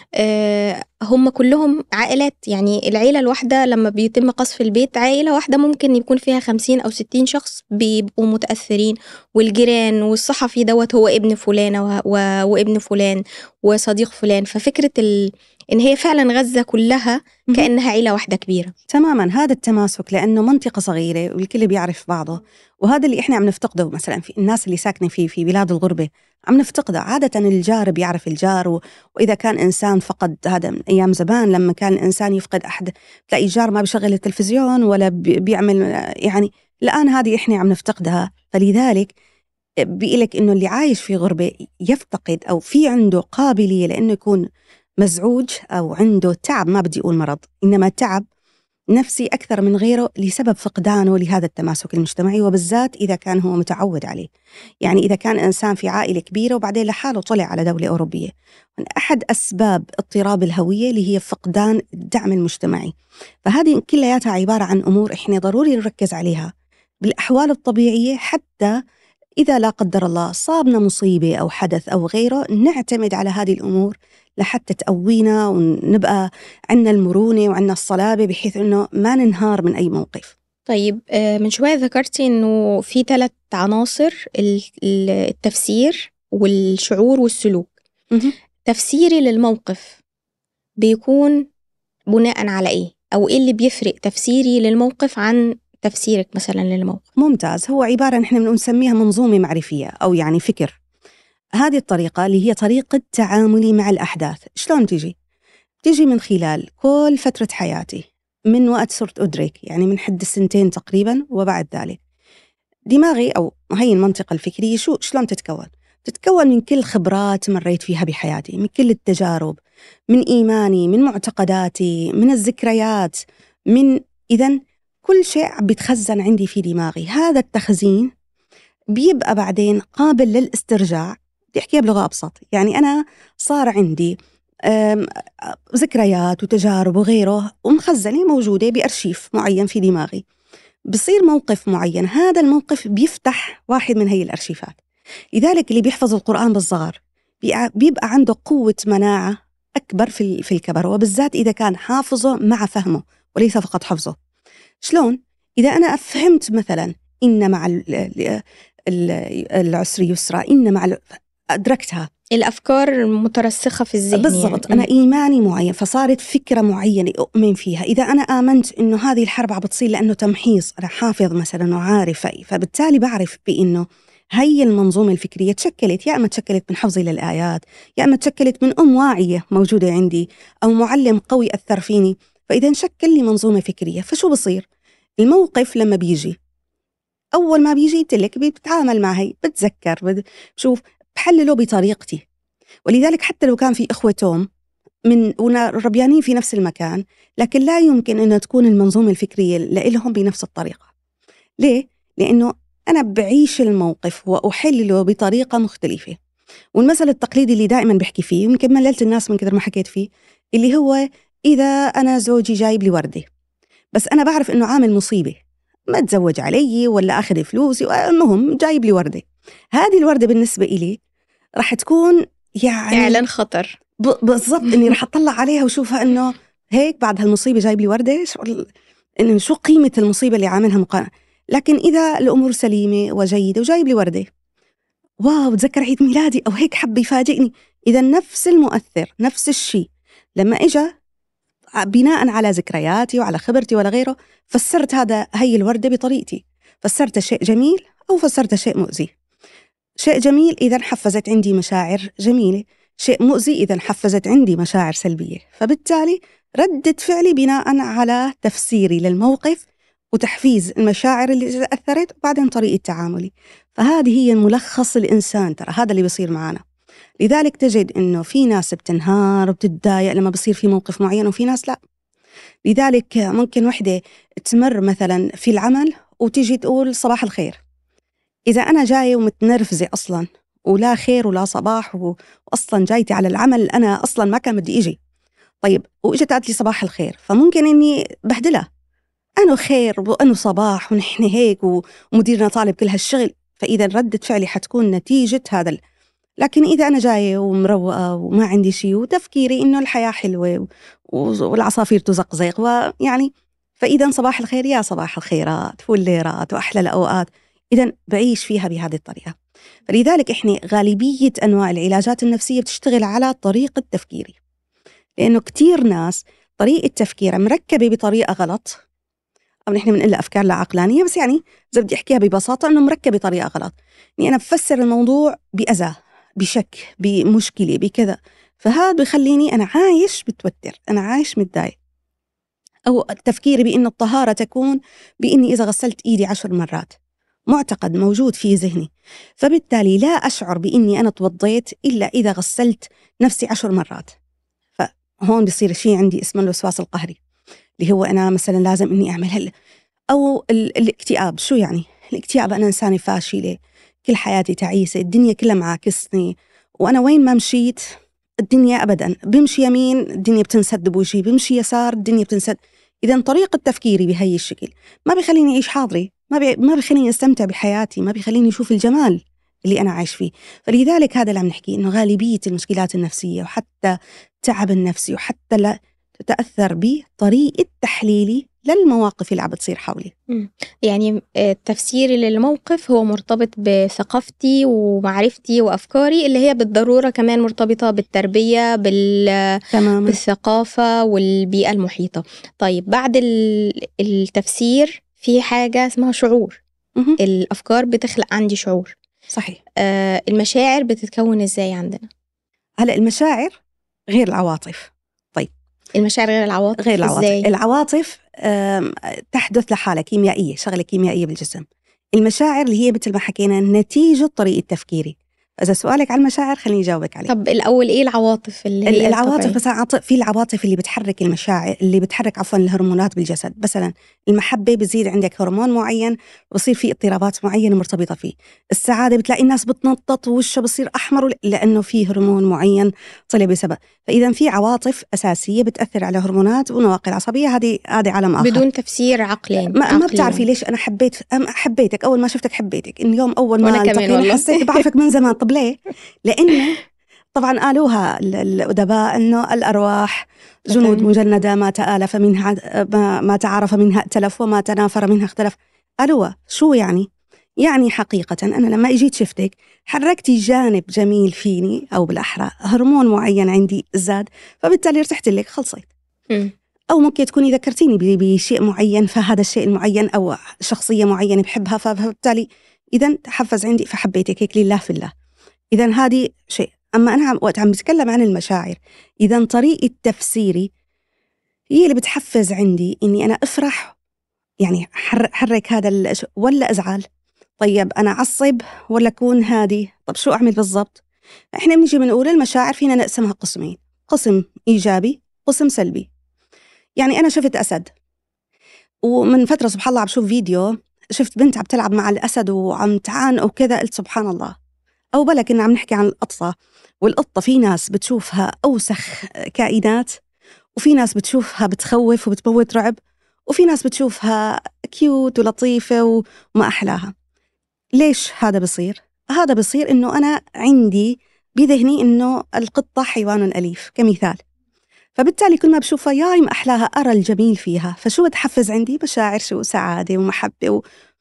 هم كلهم عائلات. يعني العيلة الواحدة لما بيتم قصف البيت، عائلة واحدة ممكن يكون فيها 50 أو 60 شخص بيبقوا متأثرين، والجيران، والصحفي دوت هو ابن فلانة وابن فلان وصديق فلان. ففكرة إن هي فعلا غزة كلها كأنها عيلة واحدة كبيرة تماما. هذا التماسك لأنه منطقة صغيرة والكل بيعرف بعضه، وهذا اللي إحنا عم نفتقده مثلا في الناس اللي ساكنة في بلاد الغربة، عم نفتقده. عادة الجار بيعرف الجار، وإذا كان إنسان فقد، هذا من أيام زمان لما كان الإنسان يفقد أحد، تلاقي الجار ما بيشغل التلفزيون ولا بيعمل. يعني الآن هذه إحنا عم نفتقدها. فلذلك بيقلك إنه اللي عايش في غربة يفتقد، أو في عنده قابلية لأنه يكون مزعوج، أو عنده تعب، ما بدي أقول مرض، إنما تعب نفسي أكثر من غيره لسبب فقدانه لهذا التماسك المجتمعي، وبالذات إذا كان هو متعود عليه. يعني إذا كان إنسان في عائلة كبيرة وبعدين لحاله طلع على دولة أوروبية، من أحد أسباب اضطراب الهوية اللي هي فقدان الدعم المجتمعي. فهذه كلها عبارة عن أمور إحنا ضروري نركز عليها بالأحوال الطبيعية، حتى إذا لا قدر الله صابنا مصيبة أو حدث أو غيره، نعتمد على هذه الأمور لحتى تقوينا ونبقى عندنا المرونة وعندنا الصلابة بحيث إنه ما ننهار من أي موقف. طيب من شوية ذكرتي إنه في 3 عناصر، التفسير والشعور والسلوك. تفسيري للموقف بيكون بناء على إيه؟ أو إيه اللي بيفرق تفسيري للموقف عن تفسيرك مثلا للموقف؟ ممتاز. هو عبارة نحن بنسميها منظومة معرفية أو يعني فكر. هذه الطريقة اللي هي طريقة تعاملي مع الأحداث. شلون تيجي من خلال كل فترة حياتي من وقت صرت أدرك، يعني من حد 2 تقريبا وبعد ذلك. دماغي أو هي المنطقة الفكرية شلون تتكون من كل خبرات مريت فيها بحياتي، من كل التجارب، من إيماني، من معتقداتي، من الذكريات، إذن كل شيء بيتخزن عندي في دماغي. هذا التخزين بيبقى بعدين قابل للاسترجاع. بدي أحكيها بلغة أبسط، يعني أنا صار عندي ذكريات وتجارب وغيره ومخزنة موجودة بأرشيف معين في دماغي. بصير موقف معين، هذا الموقف بيفتح واحد من هي الأرشيفات. لذلك اللي بيحفظ القرآن بالصغر بيبقى عنده قوة مناعة أكبر في الكبر، وبالذات إذا كان حافظه مع فهمه وليس فقط حفظه. شلون؟ إذا أنا فهمت مثلا إن مع العسر يسرا، إن مع أدركتها، الأفكار المترسخة في الذهن بالضبط. يعني. أنا إيماني معين، فصارت فكرة معينة أؤمن فيها. إذا أنا آمنت إنه هذه الحرب عم بتصير لأنه تمحيص، أنا حافظ مثلا وعارف، فبالتالي بعرف بإنه هي المنظومة الفكرية تشكلت، يا أما تشكلت من حفظي للآيات، يا أما تشكلت من واعية موجودة عندي، أو معلم قوي أثر فيني، فإذا شكل لي منظومة فكرية. فشو بصير؟ الموقف لما بيجي، أول ما بيجي تلك بتعامل معه، بتذكر، بشوف، بحلله بطريقتي. ولذلك حتى لو كان في إخوة توم ربيانين في نفس المكان، لكن لا يمكن أن تكون المنظومة الفكرية لهم بنفس الطريقة. ليه؟ لأنه أنا بعيش الموقف وأحلله بطريقة مختلفة. والمثل التقليدي اللي دائما بحكي فيه، يمكن مللت الناس من كثر ما حكيت فيه، اللي هو إذا أنا زوجي جايب لي وردة، بس أنا بعرف أنه عامل مصيبة، ما تزوج علي ولا أخذ فلوسي، المهم جايب لي وردة، هذه الوردة بالنسبة إلي راح تكون يعني إعلان خطر. بالضبط. إني راح أطلع عليها وشوفها إنه هيك بعد هالمصيبة جايب لي وردة، إنه شو قيمة المصيبة اللي عاملها مقارنة. لكن إذا الأمور سليمة وجيدة وجايب لي وردة، واو، تذكر عيد ميلادي أو هيك حب يفاجئني، إذا نفس المؤثر، نفس الشيء لما إجا بناء على ذكرياتي وعلى خبرتي ولا غيره، فسرت هي الوردة بطريقتي، فسرت شيء جميل أو فسرت شيء مؤذي. شيء جميل إذا حفزت عندي مشاعر جميلة، شيء مؤذي إذا حفزت عندي مشاعر سلبية. فبالتالي ردة فعلي بناء على تفسيري للموقف وتحفيز المشاعر اللي أثرت، وبعدين طريقة تعاملي. فهذه هي ملخص الإنسان، ترى هذا اللي بيصير معنا. لذلك تجد إنه في ناس بتنهار وبتتضايق لما بصير في موقف معين، وفي ناس لا. لذلك ممكن وحدة تمر مثلا في العمل وتيجي تقول صباح الخير، إذا أنا جاية ومتنرفزة أصلاً ولا خير ولا صباح وأصلاً جايتي على العمل أنا أصلاً ما كان بدي إجي، طيب وإجت قالت لي صباح الخير، فممكن إني بهدلها، أنا خير وأنا صباح ونحن هيك ومديرنا طالب كل هالشغل، فإذا ردة فعلي حتكون نتيجة هذا. لكن إذا أنا جاية ومروقة وما عندي شيء وتفكيري إنه الحياة حلوة والعصافير تزقزق ويعني، فإذا صباح الخير يا صباح الخيرات والليرات وأحلى الأوقات، إذن بعيش فيها بهذه الطريقة. فلذلك إحنا غالبية أنواع العلاجات النفسية بتشتغل على طريقة تفكيري، لأنه كتير ناس طريقة تفكيرها مركبة بطريقة غلط، أو نحن بنقول أفكار لا عقلانية، بس يعني إذا بدي أحكيها ببساطة إنه مركبة بطريقة غلط. يعني أنا بفسر الموضوع بأذى، بشك، بمشكلة، بكذا، فهذا بيخليني أنا عايش بتوتر، أنا عايش متضايق. أو تفكيري بأن الطهارة تكون بإني إذا غسلت إيدي 10 مرات، معتقد موجود في ذهني، فبالتالي لا أشعر بإني أنا توضيت إلا إذا غسلت نفسي 10 مرات. فهون بيصير شيء عندي اسمه الوسواس القهري، اللي هو أنا مثلا لازم إني أعمل أو الاكتئاب. شو يعني الاكتئاب؟ أنا إنسانة فاشلة، كل حياتي تعيسة، الدنيا كلها معاكسني، وأنا وين ما مشيت الدنيا أبدا بمشي يمين الدنيا بتنسد بوجهي، بمشي يسار الدنيا بتنسد. إذا طريقة تفكيري بهي الشكل ما بيخليني أعيش حاضري، ما بيخليني أستمتع بحياتي، ما بيخليني أشوف الجمال اللي أنا عايش فيه. فلذلك هذا اللي عم نحكي، إنه غالبية المشكلات النفسية وحتى التعب النفسي وحتى لا تتأثر بطريقة تحليلي للمواقف اللي عم بتصير حولي. يعني تفسيري للموقف هو مرتبط بثقافتي ومعرفتي وأفكاري، اللي هي بالضرورة كمان مرتبطة بالتربية بالثقافة والبيئة المحيطة. طيب بعد التفسير في حاجة اسمها شعور. الأفكار بتخلق عندي شعور. صحيح. المشاعر بتتكون إزاي عندنا؟ هلأ المشاعر غير العواطف. طيب المشاعر غير العواطف. غير العواطف. إزاي؟ العواطف تحدث لحالة كيميائية، شغلة كيميائية بالجسم. المشاعر اللي هي مثل ما حكينا نتيجة طريقة تفكيري. إذا سؤالك عن المشاعر خليني أجاوبك عليه. طب الأول إيه العواطف اللي هي العواطف مثلا في العواطف اللي بتحرك المشاعر، اللي بتحرك الهرمونات بالجسد. مثلا المحبة بزيد عندك هرمون معين، بصير في اضطرابات معينة مرتبطة فيه. السعادة بتلاقي الناس بتنطط ووشها بصير أحمر لأنه في هرمون معين طلع بسبب. فإذا في عواطف أساسية بتأثر على هرمونات ونواقل عصبية، هذه عالم آخر بدون تفسير عقلي. ما بتعرفي ليش أنا حبيتك أول ما شفتك، حبيتك اليوم أول ما التقينا حسيت بعرفك من زمان. طب ليه؟ لأنه طبعا قالوها الأدباء أنه الأرواح جنود مجندة، ما تآلف منها ما تعارف منها ائتلف وما تنافر منها اختلف. قالوها شو يعني؟ يعني حقيقة أنا لما إجيت شفتك حركتي جانب جميل فيني، أو بالأحرى هرمون معين عندي زاد، فبالتالي ارتحت لك، خلصت. أو ممكن تكوني ذكرتيني بشيء معين، فهذا الشيء المعين أو شخصية معينة بحبها، فبالتالي إذن تحفز عندي فحبيتك هيك لله في الله. إذن هذه شيء. أما أنا وقت عم بتكلم عن المشاعر، إذن طريقة تفسيري هي اللي بتحفز عندي إني أنا أفرح، يعني حرك هذا ولا أزعل. طيب أنا أعصب ولا أكون هادي؟ طب شو أعمل بالضبط؟ إحنا بنيجي بنقول المشاعر فينا نقسمها قسمين، قسم إيجابي قسم سلبي. يعني أنا شفت أسد، ومن فترة سبحان الله عم شوف فيديو، شفت بنت عم تلعب مع الأسد وعم تعانق وكذا، قلت سبحان الله. أو بلا كنا عم نحكي عن القطة، والقطة في ناس بتشوفها أوسخ كائنات، وفي ناس بتشوفها بتخوف وبتموت رعب، وفي ناس بتشوفها كيوت ولطيفة وما أحلاها. ليش هذا بصير؟ هذا بصير إنه أنا عندي بذهني إنه القطة حيوان أليف كمثال، فبالتالي كل ما بشوفها ياي ما أحلاها، أرى الجميل فيها، فشو بتحفز عندي؟ مشاعر شو سعادة ومحبة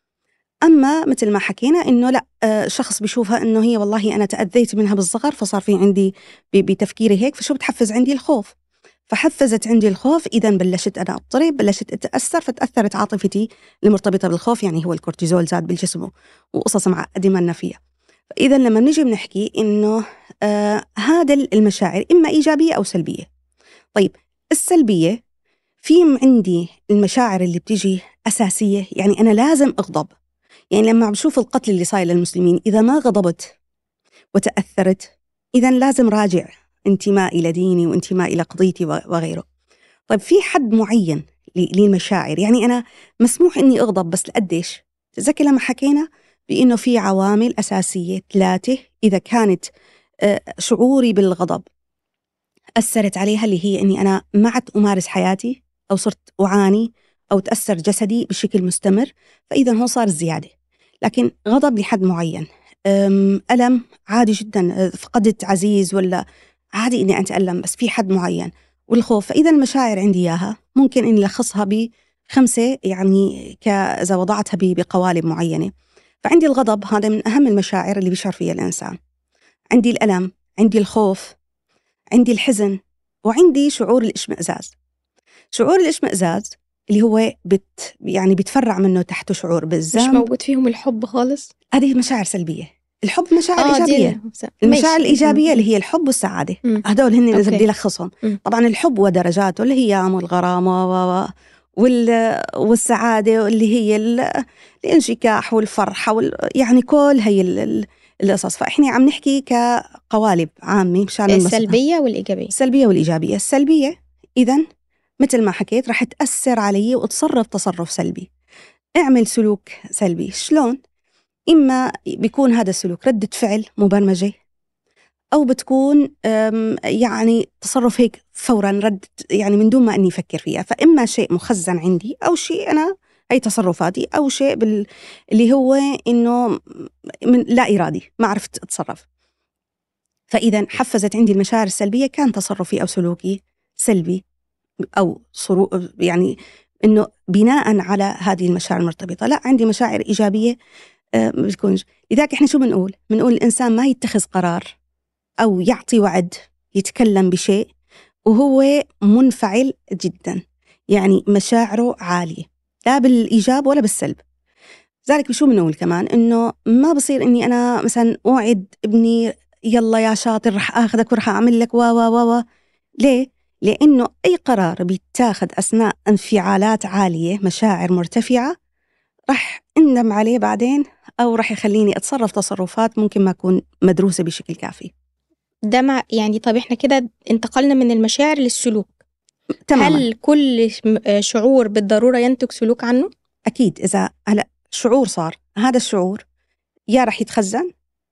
أما مثل ما حكينا إنه لا، شخص بيشوفها إنه هي والله أنا تأذيت منها بالصغر، فصار في عندي بتفكيري هيك، فشو بتحفز عندي؟ الخوف. فحفزت عندي الخوف، إذا بلشت أنا أضطرب، بلشت أتأثر، فتأثرت عاطفتي المرتبطة بالخوف، يعني هو الكورتيزول زاد بالجسم وقصص معقدة ما لنا فيها. إذا لما نيجي بنحكي إنه هذا المشاعر إما إيجابية أو سلبية. طيب السلبية، في عندي المشاعر اللي بتيجي أساسية، يعني أنا لازم أغضب. يعني لما عم شوف القتل اللي صاير للمسلمين، إذا ما غضبت وتأثرت، إذا لازم راجع انتماء إلى ديني وانتماء إلى قضيتي وغيره. طيب في حد معين للمشاعر، يعني أنا مسموح إني أغضب، بس لقديش؟ تذكر لما حكينا بأنه في عوامل أساسية 3، إذا كانت شعوري بالغضب أثرت عليها، اللي هي إني أنا ما عدت أمارس حياتي، أو صرت أعاني، أو تأثر جسدي بشكل مستمر، فإذا هو صار زيادة. لكن غضب لحد معين، ألم عادي جدا، فقدت عزيز ولا عادي إني أتألم، بس في حد معين. والخوف، فإذا المشاعر عندي إياها ممكن إني لخصها ب5، يعني إذا وضعتها بقوالب معينة. فعندي الغضب، هذا من أهم المشاعر اللي بيشعر فيها الإنسان. عندي الألم، عندي الخوف، عندي الحزن، وعندي شعور الإشمئزاز. شعور الإشمئزاز اللي هو يعني بيتفرع منه تحته شعور بالذنب. مش موجود فيهم الحب خالص. هذه مشاعر سلبية. الحب مشاعر إيجابية. المشاعر الإيجابية اللي هي الحب والسعادة، هدول هن اللي بدي لخصهم. طبعا الحب ودرجاته، الهيام والغرام والسعادة اللي هي الانشكاح والفرحة يعني كل هي القصص. فإحنا عم نحكي كقوالب عامة مشان السلبية والإيجابية. السلبية والإيجابية. السلبية إذن مثل ما حكيت رح تأثر علي وتصرف تصرف سلبي، اعمل سلوك سلبي. شلون؟ إما بيكون هذا السلوك ردة فعل مبرمجة، أو بتكون يعني تصرف هيك فوراً رد، يعني من دون ما أني أفكر فيها. فإما شيء مخزن عندي، أو شيء أنا هي تصرفاتي، أو شيء اللي هو إنه من لا إرادي، ما عرفت أتصرف. فإذا حفزت عندي المشاعر السلبية، كان تصرفي أو سلوكي سلبي، أو يعني إنه بناء على هذه المشاعر المرتبطة. لا، عندي مشاعر إيجابية بتكونش. لذلك إحنا شو بنقول الإنسان ما يتخذ قرار أو يعطي وعد، يتكلم بشيء وهو منفعل جدا، يعني مشاعره عالية، لا بالإيجاب ولا بالسلب. ذلك بشو بنقول كمان إنه ما بصير إني أنا مثلا أوعد ابني يلا يا شاطر رح آخذك ورح أعمل لك و ليه؟ لأنه أي قرار بيتاخد أثناء انفعالات عالية، مشاعر مرتفعة، رح أندم عليه بعدين، أو رح يخليني أتصرف تصرفات ممكن ما أكون مدروسة بشكل كافي. ده يعني طب إحنا كده انتقلنا من المشاعر للسلوك تماما. هل كل شعور بالضرورة ينتج سلوك عنه؟ أكيد. إذا هلأ شعور صار، هذا الشعور يا رح يتخزن،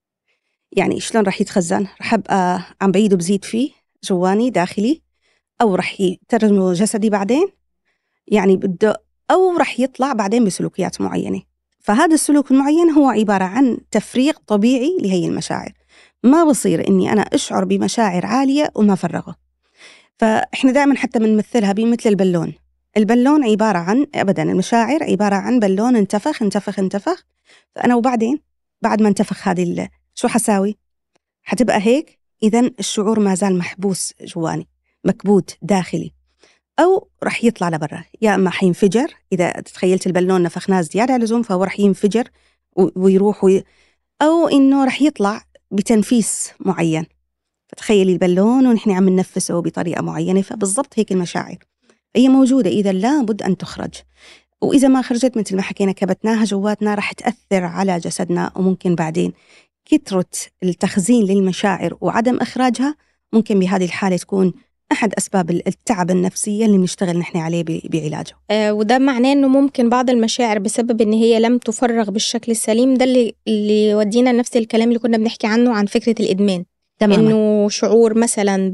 يعني شلون رح يتخزن؟ رح أبقى عم بعيد وبزيد فيه جواني داخلي، أو رح يترجمه جسدي بعدين، يعني بده، أو رح يطلع بعدين بسلوكيات معينة. فهذا السلوك المعين هو عبارة عن تفريغ طبيعي لهي المشاعر. ما بصير إني أنا أشعر بمشاعر عالية وما فرغه. فإحنا دائما حتى بنمثلها بمثل البالون. البالون عبارة عن أبدا، المشاعر عبارة عن بالون انتفخ. فأنا وبعدين بعد ما انتفخ هذه شو حساوي؟ حتبقى هيك. إذن الشعور ما زال محبوس جواني، مكبوت داخلي، أو رح يطلع لبرا، يا أما حينفجر. إذا تخيلت البالون نفخناه زيادة على اللزوم فهو رح ينفجر ويروح أو إنه رح يطلع بتنفيس معين. فتخيلي البالون ونحن عم ننفسه بطريقة معينة. فبالضبط هيك المشاعر هي موجودة، إذا لابد أن تخرج، وإذا ما خرجت مثل ما حكينا كبتناها جواتنا رح تأثر على جسدنا، وممكن بعدين كثرة التخزين للمشاعر وعدم إخراجها ممكن بهذه الحالة تكون أحد أسباب التعب النفسية اللي بنشتغل نحن عليه بعلاجه. وده معناه إنه ممكن بعض المشاعر بسبب إن هي لم تفرغ بالشكل السليم، ده اللي يودينا نفس الكلام اللي كنا بنحكي عنه عن فكرة الإدمان. تماما. إنه شعور مثلا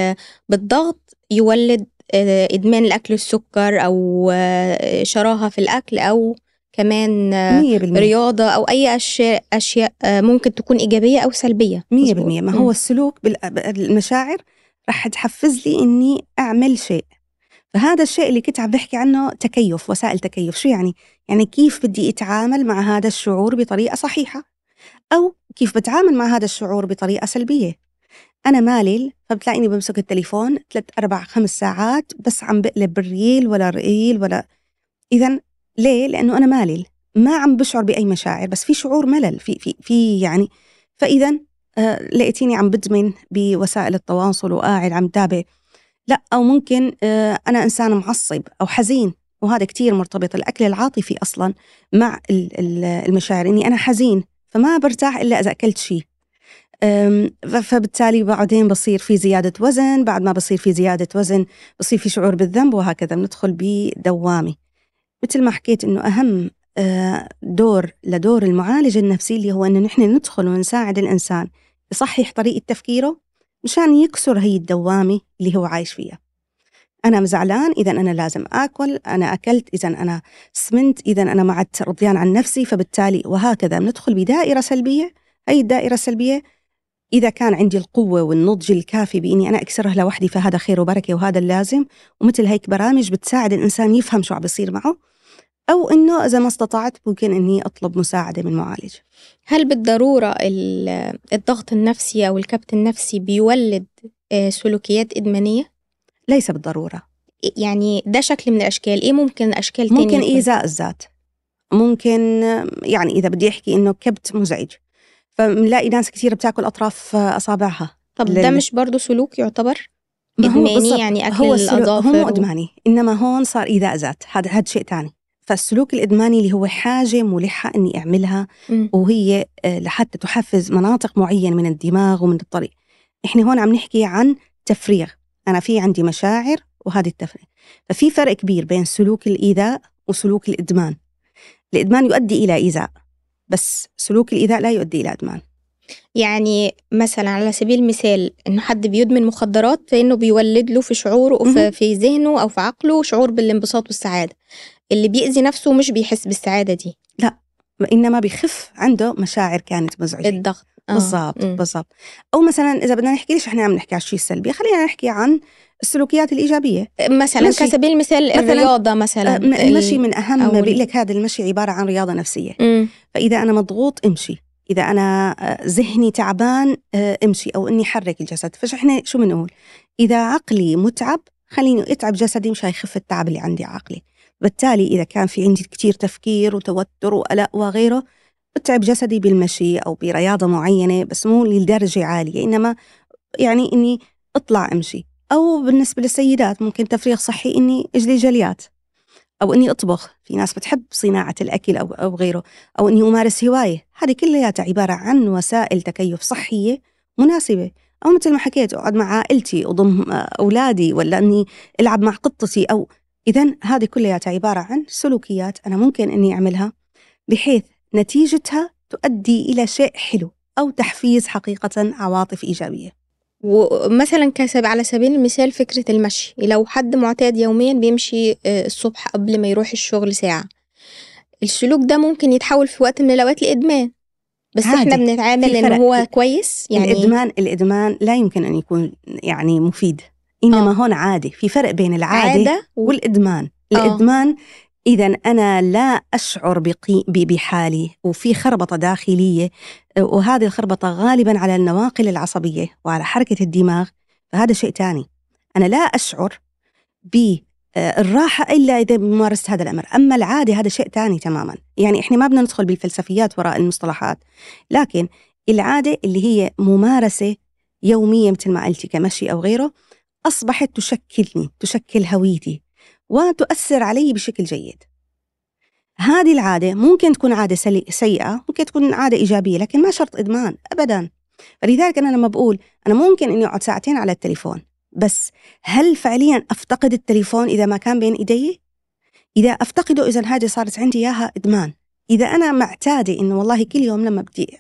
بالضغط يولد إدمان الأكل، السكر، أو شراهة في الأكل، أو كمان 100%. رياضة، أو أي أشياء ممكن تكون إيجابية أو سلبية. 100%. ما هو السلوك بالمشاعر رح تحفز لي إني أعمل شيء. فهذا الشيء اللي كنت عم بحكي عنه تكيف، وسائل تكيف. شو يعني؟ يعني كيف بدي أتعامل مع هذا الشعور بطريقة صحيحة، أو كيف بتعامل مع هذا الشعور بطريقة سلبية. أنا مالل، فبتلاقيني بمسك التليفون 3 4 5 ساعات بس عم بقلب بالريل ولا. إذن ليه؟ لأنه أنا مالل، ما عم بشعر بأي مشاعر، بس في شعور ملل في يعني. فإذن لقيتيني عم بدمن بوسائل التواصل وقاعد عم تابع. لا، أو ممكن أنا إنسان معصب أو حزين، وهذا كتير مرتبط الأكل العاطفي أصلا مع المشاعر. إني أنا حزين فما برتاح إلا إذا أكلت شيء، فبالتالي بعدين بصير في زيادة وزن، بعد ما بصير في زيادة وزن بصير في شعور بالذنب، وهكذا بندخل بدوامة. مثل ما حكيت إنه أهم دور المعالج النفسي اللي هو إنه نحن ندخل ونساعد الإنسان يصحح طريقة تفكيره مشان يكسر هي الدوامة اللي هو عايش فيها. أنا زعلان، إذن أنا لازم آكل، أنا أكلت إذن أنا سمنت، إذن أنا ما عدت رضيان عن نفسي، فبالتالي وهكذا بندخل بدائرة سلبية. هي الدائرة السلبية إذا كان عندي القوة والنضج الكافي بإني أنا أكسرها لوحدي فهذا خير وبركة، وهذا اللازم. ومثل هيك برامج بتساعد الإنسان يفهم شو عم بيصير معه، أو إنه إذا ما استطعت ممكن إني أطلب مساعدة من معالج. هل بالضرورة الضغط النفسي أو الكبت النفسي بيولد سلوكيات إدمانية؟ ليس بالضرورة. يعني ده شكل من الأشكال. إيه ممكن أشكال تانية؟ ممكن إيذاء الذات، ممكن يعني إذا بدي أحكي إنه كبت مزعج، فمنلاقي ناس كثير بتاكل أطراف أصابعها. طب ده مش برضو سلوك يعتبر إدماني؟ يعني أكل هو الأظافر هو مو إدماني، إنما هون صار إيذاء ذات، هذا شيء تاني. فالسلوك الإدماني اللي هو حاجة ملحة إني أعملها، وهي لحتى تحفز مناطق معينة من الدماغ ومن الطريق. إحنا هون عم نحكي عن تفريغ، أنا في عندي مشاعر وهذه التفريغ. ففي فرق كبير بين سلوك الإيذاء وسلوك الإدمان. الإدمان يؤدي إلى إيذاء، بس سلوك الإيذاء لا يؤدي إلى إدمان. يعني مثلا على سبيل المثال إنه حد بيدمن مخدرات، فإنه بيولد له في شعوره في ذهنه أو في عقله شعور بالانبساط والسعادة. اللي بيأذي نفسه مش بيحس بالسعادة دي. لا، إنما بيخف عنده مشاعر كانت مزعجة. الضغط. بالضبط. أو مثلا إذا بدنا نحكي، ليش إحنا عم نحكي على الشيء السلبي، خلينا نحكي عن السلوكيات الإيجابية. مثلا كسبيل المثال الرياضة مثلا. المشي من أهم، بيقول لك هذا المشي عبارة عن رياضة نفسية. فإذا أنا مضغوط امشي، إذا أنا ذهني تعبان امشي، أو إني حرك الجسد. فش إحنا شو بنقول؟ إذا عقلي متعب خليني أتعب جسدي، مش هيخف التعب اللي عندي عقلي. بالتالي إذا كان في عندي كتير تفكير وتوتر وقلق وغيره، أتعب جسدي بالمشي أو برياضة معينة، بس مو لدرجة عالية، إنما يعني إني أطلع أمشي. أو بالنسبة للسيدات ممكن تفريغ صحي، إني أجلي جليات، أو إني أطبخ، في ناس بتحب صناعة الأكل أو غيره، أو إني أمارس هواية. هذه كلها عبارة عن وسائل تكيف صحية مناسبة. أو مثل ما حكيت، أقعد مع عائلتي، أضم أولادي، ولا أني ألعب مع قطتي. أو إذن هذه كلها عبارة عن سلوكيات أنا ممكن أني أعملها بحيث نتيجتها تؤدي إلى شيء حلو، أو تحفيز حقيقة عواطف إيجابية. ومثلا على سبيل المثال فكرة المشي، لو حد معتاد يوميا بيمشي الصبح قبل ما يروح الشغل ساعة، السلوك ده ممكن يتحول في وقت من الأوقات لإدمان. بس إحنا بنتعامل إنه هو كويس. يعني الإدمان لا يمكن أن يكون يعني مفيد، إنما هون عادي. في فرق بين العادة والإدمان. الإدمان إذا أنا لا أشعر بحالي، وفي خربطة داخلية، وهذه الخربطة غالباً على النواقل العصبية وعلى حركة الدماغ، فهذا شيء تاني. أنا لا أشعر بالراحة إلا إذا ممارست هذا الأمر. أما العادة هذا شيء تاني تماماً. يعني إحنا ما بدنا ندخل بالفلسفيات وراء المصطلحات، لكن العادة اللي هي ممارسة يومية مثل ما قلتي كمشي أو غيره، أصبحت تشكلني، تشكل هويتي، وتؤثر علي بشكل جيد. هذه العادة ممكن تكون عادة سيئة، ممكن تكون عادة إيجابية، لكن ما شرط إدمان أبداً. فلذلك أنا لما بقول أنا ممكن إني أقعد ساعتين على التليفون، بس هل فعلياً أفتقد التليفون إذا ما كان بين إيدي؟ إذا أفتقده، إذن هذه صارت عندي إياها إدمان. إذا أنا معتادة إنه والله كل يوم لما بدي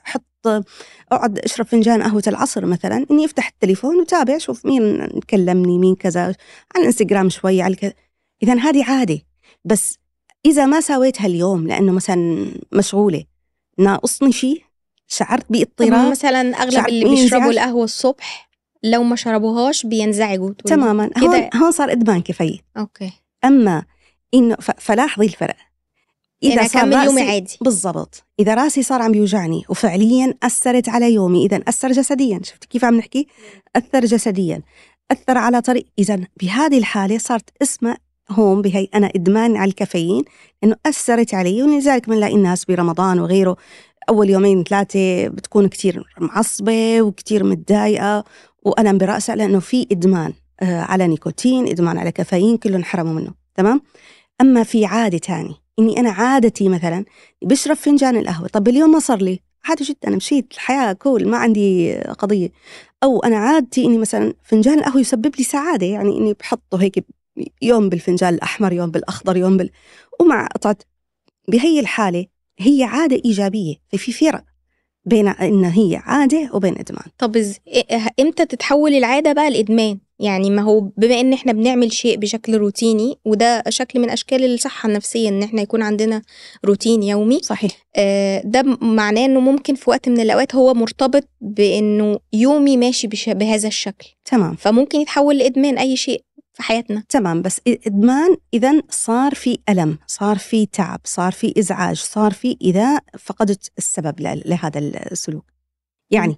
أقعد أشرب فنجان قهوة العصر مثلاً، إني أفتح التليفون وتابع شوف مين كلمني، مين كذا، على الإنستغرام شوي، على كذا، إذن هذه عادة. بس إذا ما سويتها اليوم لأنه مثلا مشغولة، ناقصني شيء، شعرت باضطراب. مثلا أغلب اللي بيشربوا القهوة الصبح لو ما شربوهاش بينزعجوا تماما. هون صار إدمان كفاية. أوكي. أما إنه فلاحظي الفرق. إذا صار راسي يومي عادي بالضبط، إذا راسي صار عم بيوجعني وفعليا أثرت على يومي، إذن أثر جسديا. شفت كيف عم نحكي؟ أثر جسديا، أثر على طريق. إذن بهذه الحالة صارت اسمها هون بهي أنا إدمان على الكافيين، إنه أثرت علي. ولذلك بنلاقي الناس برمضان وغيره أول يومين 3 بتكون كتير معصبة وكتير متضايقة وألم برأسها، لأنه في إدمان على نيكوتين، إدمان على كافيين، كلهم حرموا منه. تمام. أما في عادة تاني، إني أنا عادتي مثلا بشرب فنجان القهوة، طب اليوم ما صار لي، عادي جدا، أنا مشيت الحياة كول، ما عندي قضية. أو أنا عادتي إني مثلا فنجان القهوة يسبب لي سعادة، يعني إني بحطه هيك يوم بالفنجان الأحمر، يوم بالأخضر، يوم ومع قطعة. بهي الحالة هي عادة إيجابية. ففي فرق بين إن هي عادة وبين إدمان. طب إمتى تتحول العادة بقى الإدمان؟ يعني ما هو بما إن إحنا بنعمل شيء بشكل روتيني، وده شكل من أشكال الصحة النفسية، إن إحنا يكون عندنا روتين يومي. صحيح. ده معناه إنه ممكن في وقت من الأوقات هو مرتبط بإنه يومي ماشي بهذا الشكل. تمام. فممكن يتحول لإدمان أي شيء في حياتنا. تمام. بس إدمان إذن صار في ألم، صار في تعب، صار في إزعاج، صار في إذا فقدت السبب لهذا السلوك. يعني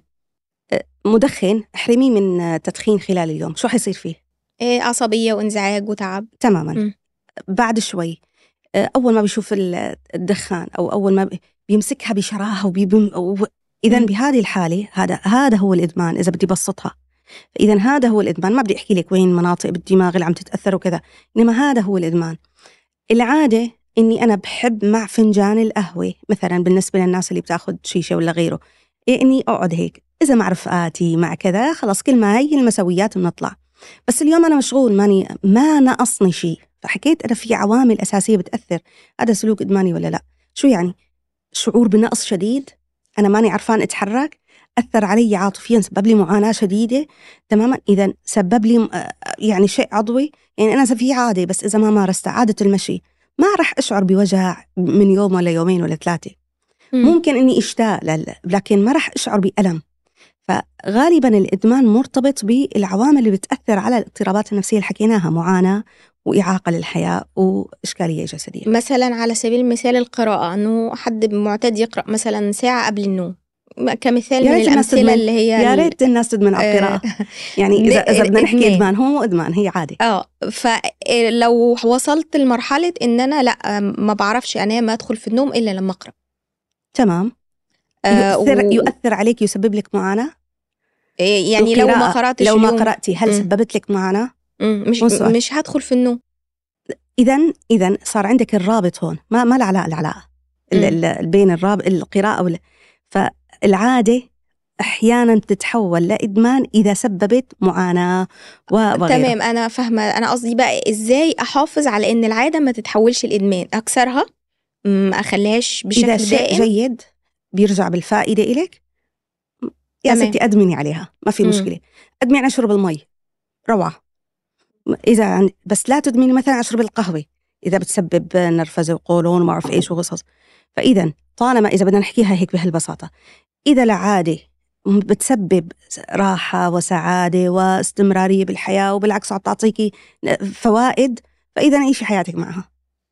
مدخن احرميه من تدخين خلال اليوم، شو حيصير فيه؟ عصبية وانزعاج وتعب. تماما. بعد شوي أول ما بيشوف الدخان، أو أول ما بيمسكها بشراهة إذن بهذه الحالة هذا هو الإدمان إذا بدي بسطها. إذن هذا هو الإدمان. ما بدي أحكي لك وين مناطق بالدماغ اللي عم تتأثر وكذا، إنما هذا هو الإدمان. العادة إني أنا بحب مع فنجان القهوة مثلا، بالنسبة للناس اللي بتاخد شيشة ولا غيره، إني أقعد هيك إذا مع رفقاتي مع كذا، خلاص كل ما هي المسويات بنطلع. بس اليوم أنا مشغول، ما نقصني شيء، فحكيت أنا في عوامل أساسية بتأثر. هذا سلوك إدماني ولا لا؟ شو يعني؟ شعور بنقص شديد، أنا ماني عرفان أتحرك، أثر علي عاطفيا، سبب لي معاناة شديدة. تماما. إذا سبب لي يعني شيء عضوي. يعني أنا في عادة، بس إذا ما مارست عادة المشي، ما راح أشعر بوجع من يوم ولا يومين ولا 3. ممكن إني أشتاق لكن ما راح أشعر بألم. فغالبا الإدمان مرتبط بالعوامل اللي بتأثر على الاضطرابات النفسية اللي حكيناها، معاناة وإعاقة للحياة وإشكالية جسدية. مثلا على سبيل المثال القراءة، أنه حد معتاد يقرأ مثلا ساعة قبل النوم كمثال من الأمثلة اللي هي يا ريت الناس تدمن على القراءة. يعني إذا بدنا نحكي إدمان، هو مو إدمان، هي عادة. فلو وصلت لمرحلة إن أنا لا ما بعرفش أنام، أدخل في النوم إلا لما أقرأ، تمام. يؤثر عليك، يسبب لك معاناة. يعني لو ما قرأتش، لو ما قرأتي هل سببت لك معاناة؟ مش هدخل في النوم. إذن صار عندك الرابط هون، ما العلاقة بين القراءة فالعادة أحيانا تتحول لإدمان إذا سببت معاناة وغيره. تمام، أنا فاهمة. أنا قصدي بقى إزاي أحافظ على إن العادة ما تتحولش الإدمان، أكسرها، ما أخليهاش بشكل إذا شيء دائم. جيد بيرجع بالفائدة إليك، يا ستي أدمني عليها، ما في مشكلة. أدمني على شرب المي، روعة. إذا بس لا تدمني مثلا على شرب القهوة إذا بتسبب نرفزة وقولون وما أعرف إيش وقصص. فإذا طالما إذا بدنا نحكيها هيك بهالبساطة، إذا العادة بتسبب راحة وسعادة واستمرارية بالحياة وبالعكس عم تعطيكي فوائد، فإذا عيشي حياتك معها.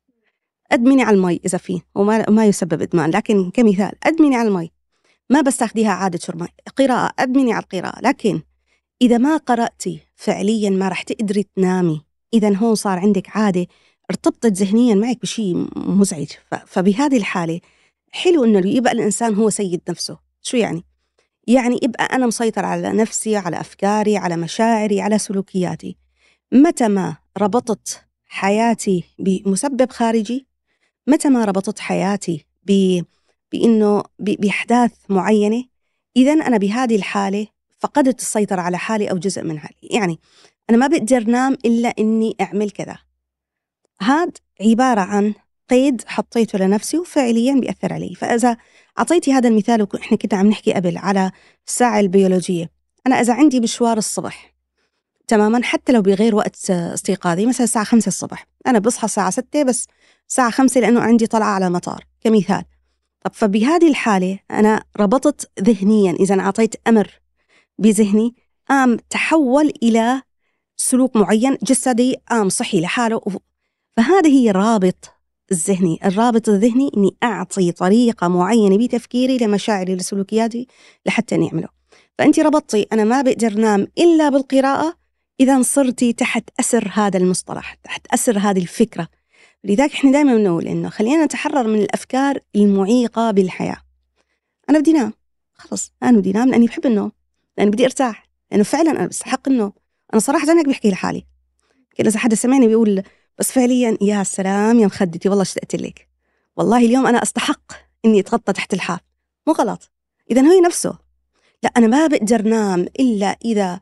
أدمني على المي إذا فيه وما يسبب إدمان، لكن كمثال أدمني على المي، ما بس تاخديها عادة شرب مي. قراءة، أدمني على القراءة، لكن إذا ما قرأتي فعليا ما رح تقدري تنامي. إذا هون صار عندك عادة ارتبطت ذهنيا معك بشيء مزعج. فبهذه الحالة حلو إنه يبقى الإنسان هو سيد نفسه. شو يعني؟ يعني يبقى أنا مسيطر على نفسي، على أفكاري، على مشاعري، على سلوكياتي. متى ما ربطت حياتي بمسبب خارجي، متى ما ربطت حياتي بإنه بأحداث معينة، إذن أنا بهذه الحالة فقدت السيطرة على حالي أو جزء من حالي. يعني أنا ما بقدر نام إلا إني أعمل كذا. هاد عبارة عن قيد حطيته لنفسي وفعليا بيأثر علي. فإذا أعطيتي هذا المثال، وإحنا كنا عم نحكي قبل على الساعة البيولوجية، أنا إذا عندي مشوار الصبح تماما، حتى لو بغير وقت استيقاظي، مثلا الساعة 5 الصبح، أنا بصحى الساعة 6 بس الساعة 5 لأنه عندي طلعة على مطار كمثال. طب فبهذه الحالة أنا ربطت ذهنيا، إذا أعطيت أمر بذهني تحول إلى سلوك معين جسدي صحي لحاله. فهذه هي الرابط الذهني. الرابط الذهني إني أعطي طريقة معينة بتفكيري لمشاعري لسلوكياتي لحتى أن يعمله. فأنت ربطتي أنا ما بقدر نام إلا بالقراءة، إذا صرتي تحت أسر هذا المصطلح، تحت أسر هذه الفكرة. لذلك إحنا دائما بنقول إنه خلينا نتحرر من الأفكار المعيقة بالحياة. أنا بدي نام، خلص أنا بدي نام لأني بحب النوم، لأني بدي أرتاح، لأنه فعلا أنا بستحق النوم. أنا صراحة هيك بحكي لحالي كده. إذا حدا سمعني بيقول بس فعليا يا سلام يا مخدتي والله اشتقت لك، والله اليوم أنا أستحق إني أتغطى تحت الحاف، مو غلط. إذا هو نفسه، لا أنا ما بقدر نام إلا إذا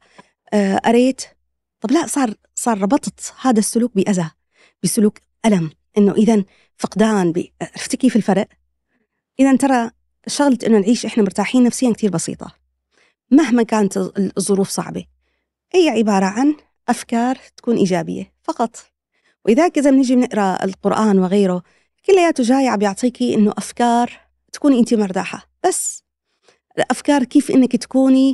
قريت. طب لا، صار ربطت هذا السلوك بأذى، بسلوك ألم، إنه إذا فقدان عرفتي كيف الفرق؟ إذا ترى شغلة إنه نعيش إحنا مرتاحين نفسيا كتير بسيطة مهما كانت الظروف صعبة. هي عبارة عن أفكار تكون إيجابية فقط. وإذا كذا بنيجي بنقرأ القرآن وغيره، كلياته جاي عم يعطيكي إنه أفكار تكوني أنت مرتاحة، بس أفكار كيف إنك تكوني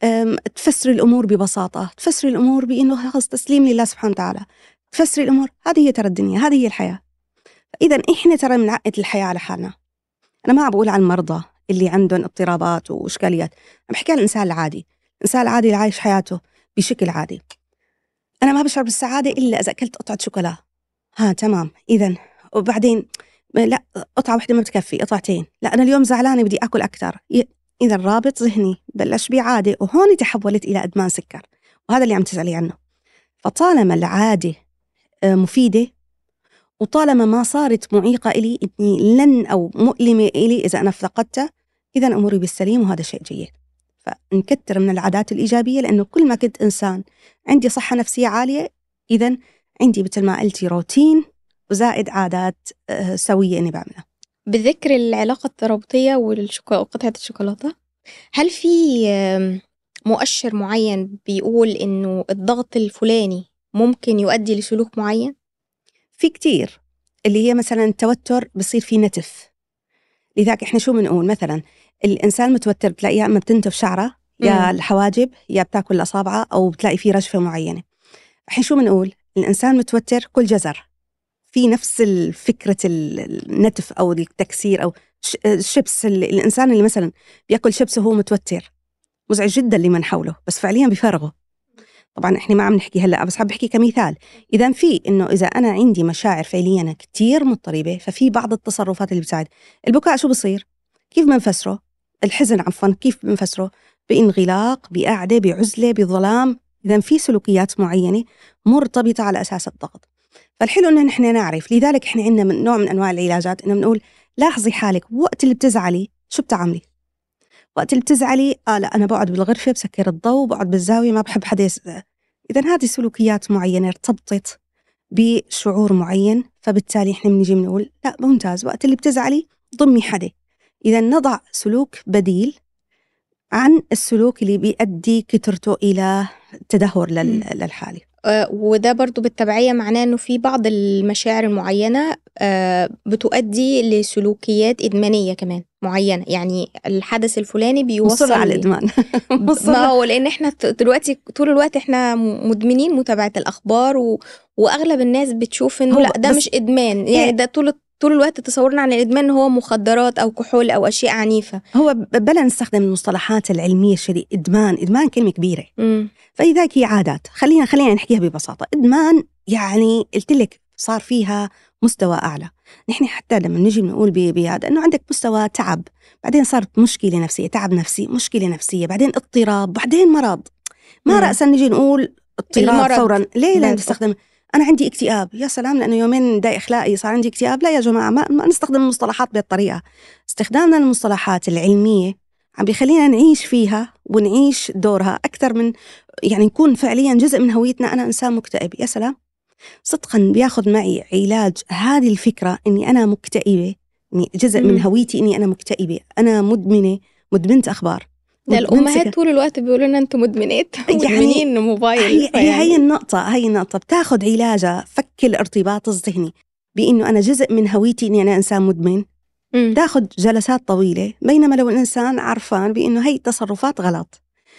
تفسري الأمور ببساطة، تفسري الأمور بإنه خلص تسليم لله سبحانه وتعالى، تفسري الأمور. هذه هي ترى الدنيا، هذه هي الحياة. إذا إحنا ترى بنعقد الحياة على حالنا. أنا ما بقول عن المرضى اللي عندهم اضطرابات وإشكاليات، أنا بحكي عن الإنسان العادي، الإنسان العادي اللي عايش حياته بشكل عادي. أنا ما بشعر بالسعادة إلا إذا أكلت قطعة شوكولا. تمام. إذن وبعدين لا، قطعة واحدة ما بتكفي، قطعتين. لا أنا اليوم زعلانة بدي أكل أكثر. إذا الرابط ذهني بلش بعادة، وهون تحولت إلى إدمان سكر، وهذا اللي عم تسألي عنه. فطالما العادة مفيدة، وطالما ما صارت معيقة إلي إني لن أو مؤلمة إلي إذا أنا افتقدتها، إذا أموري بالسليم، وهذا شيء جيد. فنكتر من العادات الإيجابية، لأنه كل ما كنت إنسان عندي صحة نفسية عالية، إذن عندي مثل ما قلتي روتين وزائد عادات سوية إني بعملها. بذكر العلاقة الترابطية وقطعة الشوكولاتة، هل في مؤشر معين بيقول إنه الضغط الفلاني ممكن يؤدي لسلوك معين؟ في كتير. اللي هي مثلا التوتر بصير فيه نتف. لذلك إحنا شو بنقول مثلا الإنسان متوتر بتلاقيه أما بتنتف شعره يا الحواجب يا بتاكل أصابعه أو بتلاقي فيه رجفة معينة. الحين شو بنقول؟ الإنسان متوتر كل جزر في نفس الفكرة النتف أو التكسير أو الشيبس. الإنسان اللي مثلا بيأكل شيبس وهو متوتر مزعج جدا لمن حوله بس فعليا بيفرغه. طبعا إحنا ما عم نحكي هلأ بس حاب بحكي كمثال. إذا في إنه إذا أنا عندي مشاعر فعليا كتير مضطربة ففي بعض التصرفات اللي بتساعد. البكاء شو بصير؟ كيف بنفسره؟ الحزن عفوا كيف بنفسره؟ بانغلاق، بقعدة، بعزلة، بظلام. إذا في سلوكيات معينة مرتبطة على أساس الضغط. فالحلو إنه نحن نعرف. لذلك إحنا عندنا من نوع من أنواع العلاجات إنه بنقول لاحظي حالك وقت اللي بتزعلي شو بتعملي. وقت اللي بتزعلي لا أنا بقعد بالغرفة بسكر الضوء بقعد بالزاوية ما بحب حدا إذا هذه سلوكيات معينة ارتبطت بشعور معين فبالتالي إحنا بنيجي بنقول لا ممتاز وقت اللي بتزعلي ضمي حدا. إذا نضع سلوك بديل عن السلوك اللي بيؤدي كترته إلى تدهور للحالة. وده برضو بالتبعية معناه أنه في بعض المشاعر المعينة بتؤدي لسلوكيات إدمانية كمان معينة. يعني الحدث الفلاني بيوصل مصر على الإدمان ما هو لأن إحنا دلوقتي طول الوقت إحنا مدمنين متابعة الأخبار وأغلب الناس بتشوف إنه لا ده مش إدمان. يعني ده طول الوقت تصورنا عن الإدمان هو مخدرات أو كحول أو أشياء عنيفة. هو بلا نستخدم المصطلحات العلمية الشديدة. إدمان كلمة كبيرة. فلذلك هي عادات. خلينا نحكيها ببساطة. إدمان يعني قلت لك صار فيها مستوى أعلى. نحن حتى لما نجي نقول بهذا إنه عندك مستوى تعب بعدين صارت مشكلة نفسية تعب نفسي مشكلة نفسية بعدين اضطراب بعدين مرض. ما رأسا نجي نقول اضطراب فورا. ليه لا نستخدم أنا عندي اكتئاب يا سلام لأنه يومين داي إخلاقي صار عندي اكتئاب. لا يا جماعة ما نستخدم المصطلحات بهالطريقة. استخدامنا للمصطلحات العلمية عم بيخلينا نعيش فيها ونعيش دورها أكثر من يعني نكون فعليا جزء من هويتنا. أنا إنسان مكتئب يا سلام صدقا بياخد معي علاج هذه الفكرة إني أنا مكتئبة إني جزء من هويتي إني أنا مكتئبة أنا مدمنة أخبار. ده الأمهات طول الوقت بيقولوا لنا أنتم مدمنات مدمنين موبايل. هي النقطة بتاخد علاجها فك الارتباط الذهني بإنه أنا جزء من هويتي إني أنا إنسان مدمن. تاخد جلسات طويلة. بينما لو الإنسان عرفان بإنه هي تصرفات غلط.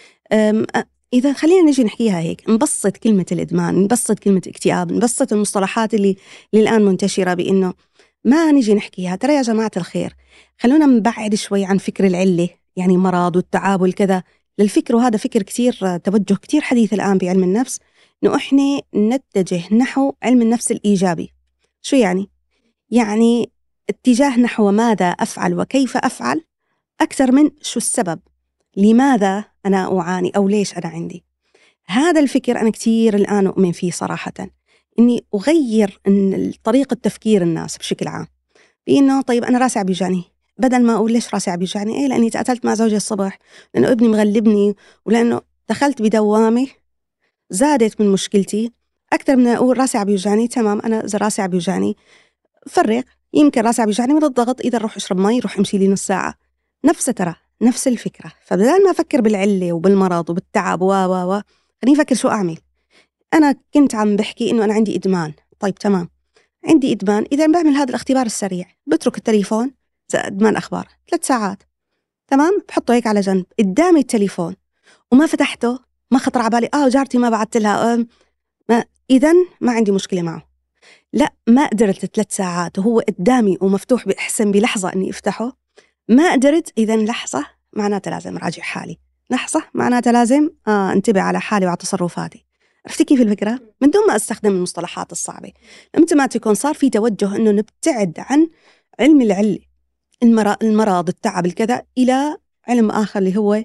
إذا خلينا نجي نحكيها هيك نبسط كلمة الإدمان نبسط كلمة اكتئاب نبسط المصطلحات اللي الآن منتشرة بإنه ما نجي نحكيها. ترى يا جماعة الخير خلونا نبعد شوي عن فكر العلة يعني مرض والتعب والكذا للفكر. وهذا فكر كتير توجه كتير حديث الآن بعلم النفس إنه إحنا نتجه نحو علم النفس الإيجابي. شو يعني اتجاه نحو ماذا أفعل وكيف أفعل أكثر من شو السبب لماذا أنا أعاني أو ليش أنا عندي. هذا الفكر أنا كتير الآن أؤمن فيه صراحة إني أغير طريقة تفكير الناس بشكل عام. بإنه طيب أنا راسي عم بيوجعني بدل ما أقول ليش راسي عم بيوجعني إيه لأني تقاتلت مع زوجي الصبح لأنه ابني مغلبني ولأنه دخلت بدوامة زادت من مشكلتي أكثر من أقول راسي عم بيوجعني. تمام أنا إذا راسي عم بيوجعني فرق يمكن راسي عم بيوجعني من الضغط إذا روح أشرب مي روح أمشي لي نص ساعة. نفس الفكرة. فبدل ما أفكر بالعلة وبالمرض وبالتعب خليني أفكر شو أعمل. أنا كنت عم بحكي إنه أنا عندي إدمان. طيب تمام عندي إدمان إذا بعمل هذا الاختبار السريع بترك التليفون إدمان أخبار 3 ساعات تمام بحطه هيك على جنب قدامي التليفون وما فتحته ما خطر على بالي جارتي ما بعت لها إذن ما عندي مشكلة معه. لا ما قدرت 3 ساعات وهو قدامي ومفتوح بأحسن بلحظة إني أفتحه ما قدرت. إذن لحظة معناتها لازم راجع حالي. لحظة معناتها لازم انتبه على حالي وعلى تصرفاتي. عرفتي كيف الفكرة؟ من دون ما أستخدم المصطلحات الصعبة. متى ما تكون صار في توجه إنه نبتعد عن علم العلة المرض التعب الكذا إلى علم آخر اللي هو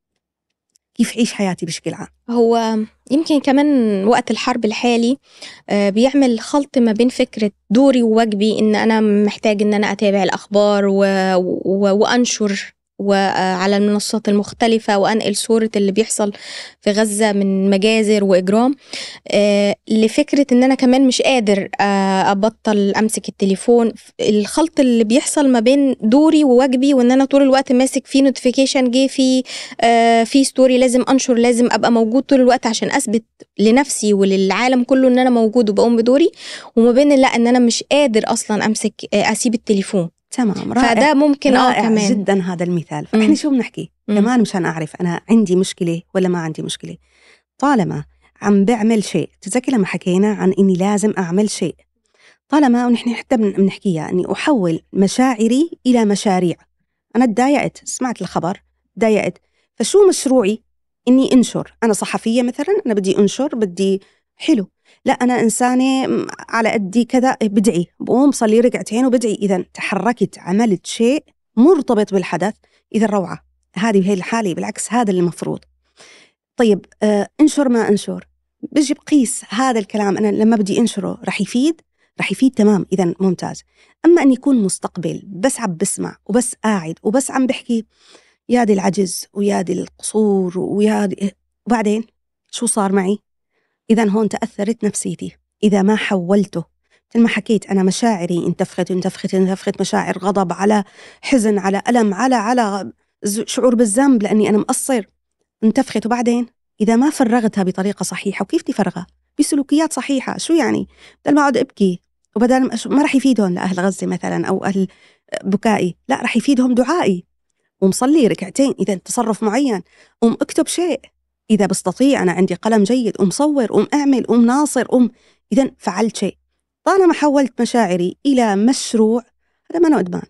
كيف أعيش حياتي بشكل عام. هو يمكن كمان وقت الحرب الحالي بيعمل خلط ما بين فكرة دوري وواجبي إن أنا محتاج إن أنا أتابع الأخبار وأنشر وعلى المنصات المختلفة وأنقل صورة اللي بيحصل في غزة من مجازر وإجرام، لفكرة إن أنا كمان مش قادر أبطل أمسك التليفون. الخلط اللي بيحصل ما بين دوري وواجبي، وإن أنا طول الوقت ماسك في نوتيفيكيشن جه في ستوري لازم أنشر، لازم أبقى موجود طول الوقت عشان أثبت لنفسي وللعالم كله إن أنا موجود وبقوم بدوري، وما بين لا إن أنا مش قادر أصلا أمسك أسيب التليفون. تمام، رائع. فده ممكن رائع كمان جدا هذا المثال. فإحنا شو بنحكي كمان مشان أعرف أنا عندي مشكلة ولا ما عندي مشكلة. طالما عم بعمل شيء، تذكر لما حكينا عن إني لازم أعمل شيء، طالما ونحن حتى بنحكيها أني أحول مشاعري إلى مشاريع. أنا تضايقت، سمعت الخبر تضايقت، فشو مشروعي؟ إني أنشر. أنا صحفية مثلا، أنا بدي أنشر، بدي حلو، لا أنا إنسانة على قدي كذا، بدعي، بقوم صلي ركعتين وبدعي. إذا تحركت، عملت شيء مرتبط بالحدث، إذا روعة. هذه الحالة، بالعكس هذا اللي مفروض. طيب انشر ما انشر، بجي بقيس هذا الكلام أنا لما بدي أنشره رح يفيد تمام، إذا ممتاز. أما أن يكون مستقبل بس عم بسمع وبس قاعد وبس عم بحكي يا دي العجز ويا دي القصور ويا دي، وبعدين شو صار معي؟ إذا هون تأثرت نفسيتي إذا ما حولته. مثل ما حكيت أنا مشاعري انتفخت، مشاعر غضب، على حزن، على ألم، على شعور بالذنب لأني أنا مقصر، انتفخت. وبعدين إذا ما فرغتها بطريقة صحيحة، وكيف تفرغها؟ بسلوكيات صحيحة. شو يعني؟ بدل ما أقعد أبكي، وبدل ما رح يفيدهم لأهل غزة مثلا أو أهل بكائي، لا رح يفيدهم دعائي، ومصلي ركعتين، إذا تصرف معين، أكتب شيء إذا بستطيع، أنا عندي قلم جيد، صور، أعمل، ناصر، إذا فعلت شيء. طالما حولت مشاعري إلى مشروع، هذا ما ندمان.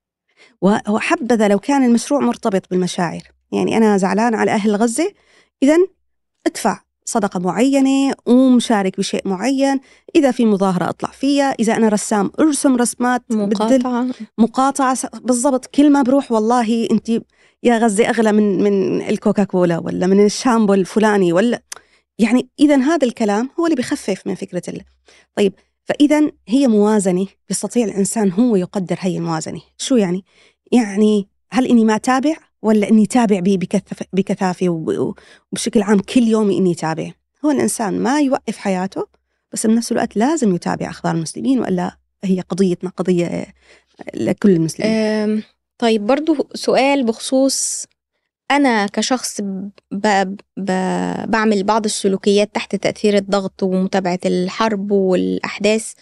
وحبذا لو كان المشروع مرتبط بالمشاعر. يعني أنا زعلان على أهل غزة، إذا ادفع صدقة معينة ومشارك بشيء معين. إذا في مظاهرة أطلع فيها، إذا أنا رسام أرسم رسمات مقاطعة بالضبط. كل ما بروح والله أنت يا غزة أغلى من الكوكاكولا ولا من الشامبو الفلاني ولا، يعني إذا هذا الكلام هو اللي بيخفف من فكرة طيب، فإذا هي موازنة بيستطيع الإنسان هو يقدر هي الموازنة. شو يعني؟ يعني هل إني ما تابع ولا إني تابع بكثافة وبشكل عام كل يوم إني تابع؟ هو الإنسان ما يوقف حياته، بس بنفس الوقت لازم يتابع أخبار المسلمين، وإلا هي قضيتنا قضية لكل المسلمين. طيب برضو سؤال بخصوص أنا كشخص بعمل بعض السلوكيات تحت تأثير الضغط ومتابعة الحرب والأحداث،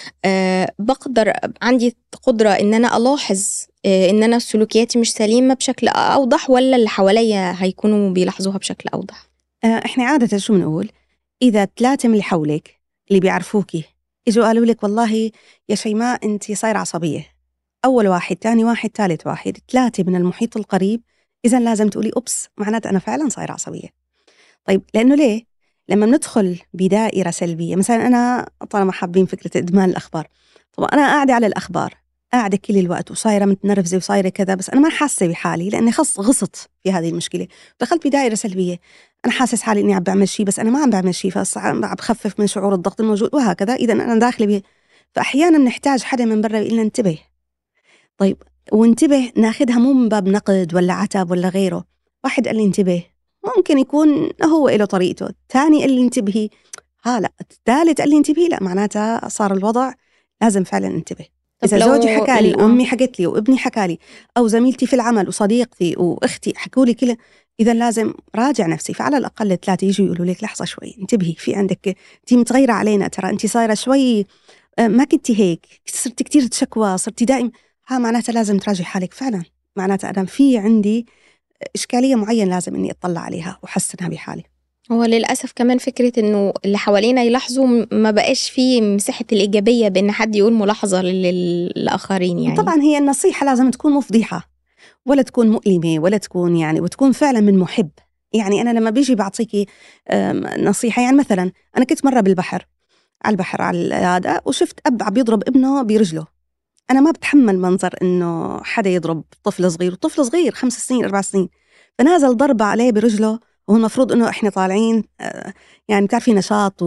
بقدر عندي قدرة إن أنا ألاحظ إن أنا سلوكياتي مش سليمة بشكل أوضح، ولا اللي حواليا هيكونوا بيلاحظوها بشكل أوضح؟ إحنا عادة شو بنقول؟ إذا 3 من اللي حولك اللي بيعرفوكي إجوا قالوا لك والله يا شيماء أنت صايرة عصبية، أول واحد، تاني واحد، ثالث واحد، 3 من المحيط القريب، إذن لازم تقولي أوبس، معناته أنا فعلا صايرة عصبية. طيب لأنه ليه؟ لما بندخل بدائرة سلبية، مثلا أنا طالما حابين فكرة إدمان الأخبار، طبعا أنا قاعدة على الأخبار، قاعدة كل الوقت وصايرة متنرفزة وصايرة كذا، بس أنا ما حاسة بحالي لأني غصت في هذه المشكلة، دخلت بدائرة سلبية. أنا حاسس حالي إني عم بعمل شيء بس أنا ما عم بعمل شيء، عم بخفف من شعور الضغط الموجود وهكذا. إذا أنا داخلة به، فأحيانا نحتاج حدا من برا يقول لنا انتبه. طيب وانتبه ناخدها مو من باب نقد ولا عتب ولا غيره. واحد قال لي انتبه، ممكن يكون هو له طريقته. ثاني قال لي انتبهي، لا. الثالث قال لي انتبهي، لا معناتها صار الوضع لازم فعلا انتبه. إذا زوجي حكى لي وأمي حكت لي وابني حكى لي أو زميلتي في العمل وصديقتي وأختي حكوا لي كله، إذا لازم راجع نفسي. فعلى الأقل 3 يجوا يقولوا لك لحظة شوي انتبهي، في عندك أنت متغيرة علينا، ترى أنت صايرة شوي ما كنتي هيك، صرتي كتير تشكوى، صرتي دائم. معناتها لازم تراجع حالك فعلا، معناتها أنا في عندي إشكالية معينة لازم إني أطلع عليها وحسنها بحالي. هو للأسف كمان فكرة إنه اللي حوالينا يلاحظوا ما بقاش فيه مساحة الإيجابية بأن حد يقول ملاحظة للآخرين. يعني طبعا هي النصيحة لازم تكون مفضحة ولا تكون مؤلمة ولا تكون يعني، وتكون فعلا من محب. يعني أنا لما بيجي بعطيكي نصيحة، يعني مثلا أنا كنت مرة على البحر على هذا، وشفت أب عم يضرب ابنه برجله. أنا ما بتحمل منظر إنه حدا يضرب طفل صغير 5 سنين 4 سنين، فنازل ضربة عليه برجله، وهو المفروض إنه إحنا طالعين يعني بتعرفي نشاط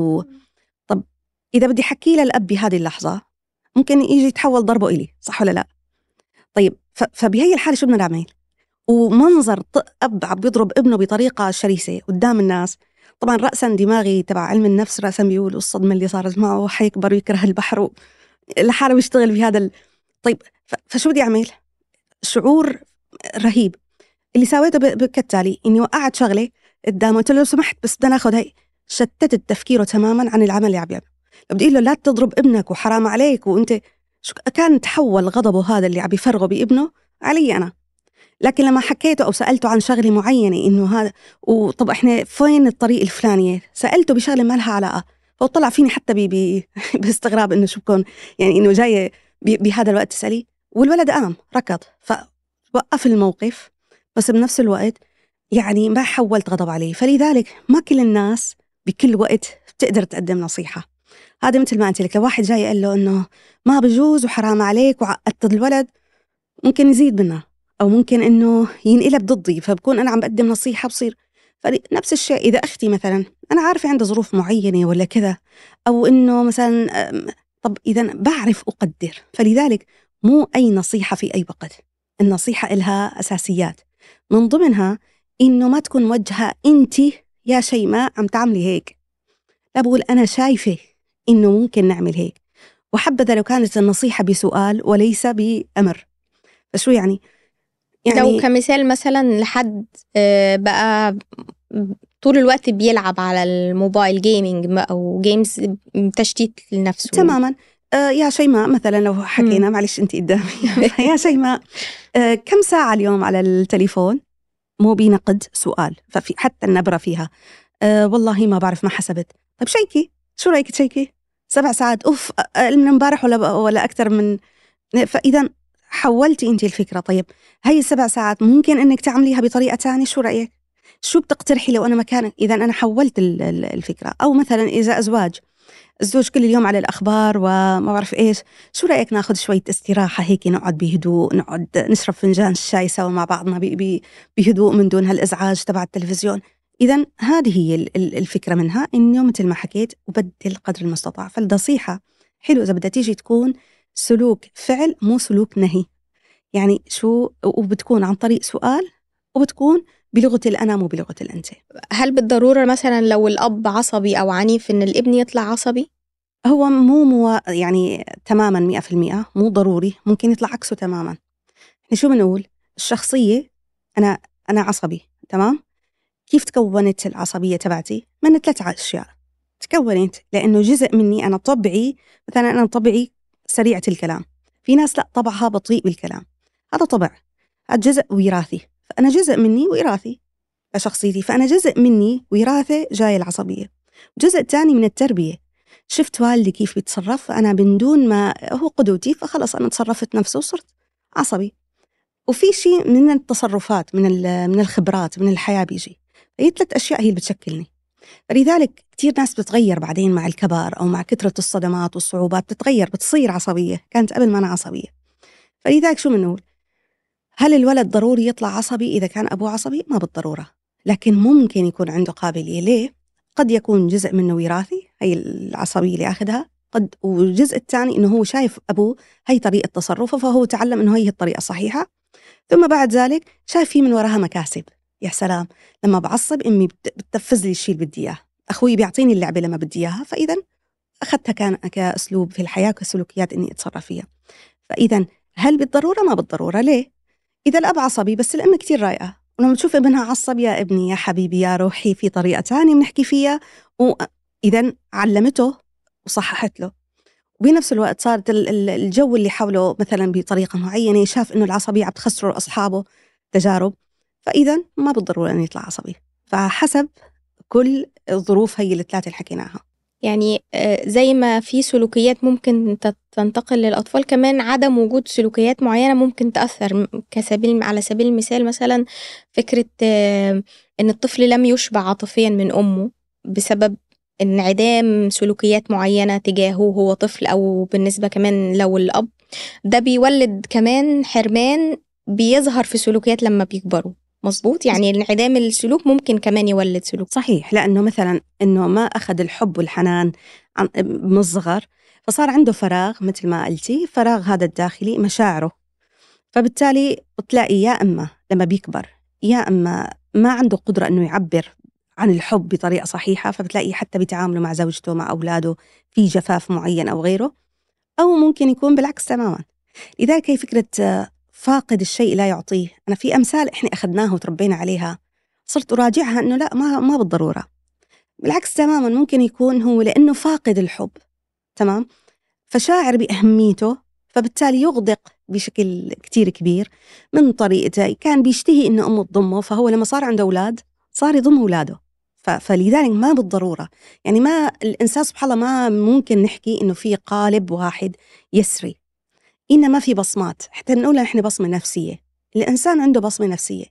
طب إذا بدي حكي للأب بهذه اللحظة ممكن يجي يتحول ضربه إلي، صح ولا لا؟ طيب فبهي الحالة شو بدنا نعمل؟ ومنظر أب عم بيضرب ابنه بطريقة شرسة قدام الناس، طبعا رأسا دماغي تبع علم النفس رأسا بيقول الصدمة اللي صارت معه حيكبر ويكره البحر لحاله يشتغل بهذا طيب فشو بدي أعمل؟ شعور رهيب. اللي سويته كالتالي، إني وقعت شغلة قدامه قلت له لو سمحت بس بدنا ناخذ هاي، شتتت تفكيره تماما عن العمل اللي عم يعمله. بدي أقول له لا تضرب ابنك وحرام عليك وأنت كان تحول غضبه هذا اللي عم يفرغه بابنه علي أنا. لكن لما حكيته أو سألته عن شغلة معينة إنه هذا وطب إحنا فين الطريق الفلانية، سألته بشغلة ما لها علاقة، فطلع فيني حتى باستغراب إنه شو بكون يعني إنه جاي بهذا الوقت تسألي. والولد قام ركض فوقف الموقف، بس بنفس الوقت يعني ما حولت غضب عليه. فلذلك ما كل الناس بكل وقت بتقدر تقدم نصيحة. هذا مثل ما أنت لك، لو واحد جاي قال له إنه ما بجوز وحرام عليك وعقدت الولد، ممكن يزيد منها أو ممكن إنه ينقلب ضدي، فبكون أنا عم بقدم نصيحة بصير. فنفس الشيء إذا أختي مثلا أنا عارفة عندها ظروف معينة ولا كذا، أو إنه مثلا طب إذا بعرف أقدر. فلذلك مو أي نصيحة في أي وقت، النصيحة إلها أساسيات، من ضمنها إنه ما تكون موجهة أنت يا شيماء عم تعملي هيك، لا بقول أنا شايفة إنه ممكن نعمل هيك، وحبذا لو كانت النصيحة بسؤال وليس بأمر. فشو يعني لو كمثال مثلا لحد بقى طول الوقت بيلعب على الموبايل جيمينج أو جيمز تشتيت لنفسه تماما. يا شيماء مثلا لو حكينا معلش أنت قدامي يا شيماء كم ساعة اليوم على التليفون؟ مو بينقد سؤال، ففي حتى النبرة فيها والله ما بعرف ما حسبت. طيب شيكي، شو رأيك تشيكي 7 ساعات؟ أوف من امبارح ولا أكثر من. فإذا حولتي أنت الفكرة. طيب هاي 7 ساعات ممكن إنك تعمليها بطريقة تانية، شو رأيك؟ شو بتقترحي لو أنا مكانك؟ إذا أنا حولت الفكرة. أو مثلا إذا الزوج كل اليوم على الأخبار وما بعرف إيش، شو رأيك ناخذ شوية استراحة هيك، نقعد بهدوء، نقعد نشرب فنجان الشاي سوا مع بعضنا بهدوء من دون هالإزعاج تبع التلفزيون. إذا هذه هي الفكرة منها، إنه مثل ما حكيت وبدل قدر المستطاع. فالنصيحة حلو إذا بدها تيجي تكون سلوك فعل مو سلوك نهي، يعني شو، وبتكون عن طريق سؤال، وبتكون بلغة الأنا مو بلغة الأنت. هل بالضرورة مثلا لو الأب عصبي أو عنيف إن الابن يطلع عصبي؟ هو مو يعني تماما 100% مو ضروري، ممكن يطلع عكسه تماما. احنا شو بنقول؟ الشخصية أنا عصبي، تمام؟ كيف تكونت العصبية تبعتي؟ من 3 أشياء تكونت، لأنه جزء مني أنا طبعي، مثلا أنا طبعي سريعة الكلام، في ناس لا طبعها بطيء بالكلام، هذا طبع، هذا جزء وراثي، فأنا جزء مني وراثي كشخصيتي، فأنا جزء مني وراثة جاي العصبية. جزء تاني من التربية، شفت والدي كيف بيتصرف، أنا من دون ما هو قدوتي فخلص أنا تصرفت نفسه وصرت عصبي. وفي شيء من التصرفات من الخبرات من الحياة بيجي. هي 3 أشياء هي اللي بتشكلني. فلذلك كتير ناس بتتغير بعدين مع الكبار أو مع كثرة الصدمات والصعوبات، بتتغير بتصير عصبية، كانت قبل ما أنا عصبية. فلذلك شو بنقول؟ هل الولد ضروري يطلع عصبي إذا كان أبوه عصبي؟ ما بالضرورة، لكن ممكن يكون عنده قابلية. ليه؟ قد يكون جزء منه وراثي، هي العصبية اللي أخذها، والجزء الثاني إنه هو شايف أبوه هي طريقة تصرفه، فهو تعلم إنه هي الطريقة الصحيحة، ثم بعد ذلك شايف فيه من وراها مكاسب. يا سلام، لما بعصب أمي بتنفذ لي الشيء اللي بدي إياه، أخوي بيعطيني اللعبة لما بدي إياها، فإذا أخذتها كأسلوب في الحياة كسلوكيات إني أتصرف فيها. فإذا هل بالضرورة؟ ما بالضرورة. ليه؟ إذا الأب عصبي بس الأم كتير رايقة، ولما تشوف ابنها عصب، يا ابني يا حبيبي يا روحي في طريقة تانية بنحكي فيها، وإذا علمته وصححت له. وبنفس الوقت صارت الجو اللي حوله مثلا بطريقة معينة، شاف إنه العصبية عم تخسره أصحابه تجارب، فإذا ما بالضرورة أن يطلع عصبي. فحسب كل الظروف هي الثلاثة اللي حكيناها. يعني زي ما في سلوكيات ممكن تنتقل للأطفال، كمان عدم وجود سلوكيات معينة ممكن تأثر. على سبيل المثال مثلا فكرة إن الطفل لم يشبع عاطفيا من أمه بسبب انعدام سلوكيات معينة تجاهه هو طفل، أو بالنسبة كمان لو الأب، ده بيولد كمان حرمان بيظهر في سلوكيات لما بيكبروا. مظبوط، يعني انعدام السلوك ممكن كمان يولد سلوك. صحيح، لأنه مثلا إنه ما أخذ الحب والحنان من الصغر، فصار عنده فراغ، مثل ما قلتي، فراغ هذا الداخلي مشاعره، فبالتالي بتلاقي يا إما لما بيكبر يا إما ما عنده قدرة إنه يعبر عن الحب بطريقة صحيحة، فبتلاقي حتى بتعامله مع زوجته مع أولاده في جفاف معين أو غيره، أو ممكن يكون بالعكس تماما. لذلك هي فكرة فاقد الشيء لا يعطيه. أنا في أمثال إحنا أخذناها وتربينا عليها صرت أراجعها إنه لا، ما بالضرورة، بالعكس تماما. ممكن يكون هو لأنه فاقد الحب، تمام، فشاعر بأهميته، فبالتالي يغدق بشكل كتير كبير من طريقته. كان بيشتهي إنه أمه تضمه، فهو لما صار عنده أولاد صار يضم أولاده. فلذلك ما بالضرورة، يعني ما الإنسان سبحان الله ما ممكن نحكي إنه في قالب واحد يسري، إنما في بصمات. حتى نقول إحنا بصمة نفسية، الإنسان عنده بصمة نفسية.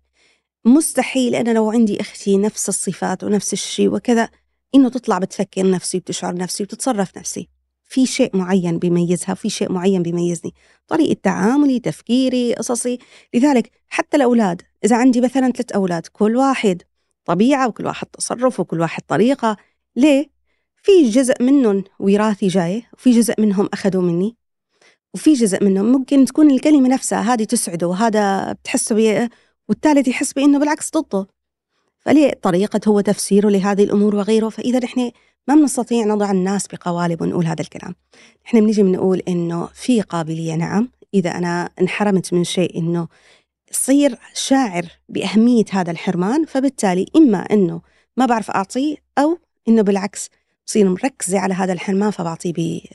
مستحيل أنا لو عندي أختي نفس الصفات ونفس الشيء وكذا إنه تطلع بتفكر نفسي وبتشعر نفسي وتتصرف نفسي. في شيء معين بيميزها، في شيء معين بيميزني، طريقة تعاملي، تفكيري، قصصي. لذلك حتى الأولاد، إذا عندي مثلا 3 أولاد كل واحد طبيعة وكل واحد تصرف وكل واحد طريقة، ليه؟ في جزء منهم وراثي جاي، وفي جزء منهم أخذوا مني، وفي جزء منهم ممكن تكون الكلمة نفسها هذه تسعده وهذا بتحسه بيه، والثالث يحس بأنه بالعكس ضده. فليه طريقة هو تفسيره لهذه الأمور وغيره. فإذا نحن ما بنستطيع نضع الناس بقوالب ونقول هذا الكلام. نحن بنيجي بنقول إنه في قابلية، نعم، إذا أنا انحرمت من شيء إنه صير شاعر بأهمية هذا الحرمان، فبالتالي إما إنه ما بعرف أعطيه، أو إنه بالعكس بصير مركزة على هذا الحرمان فبعطيه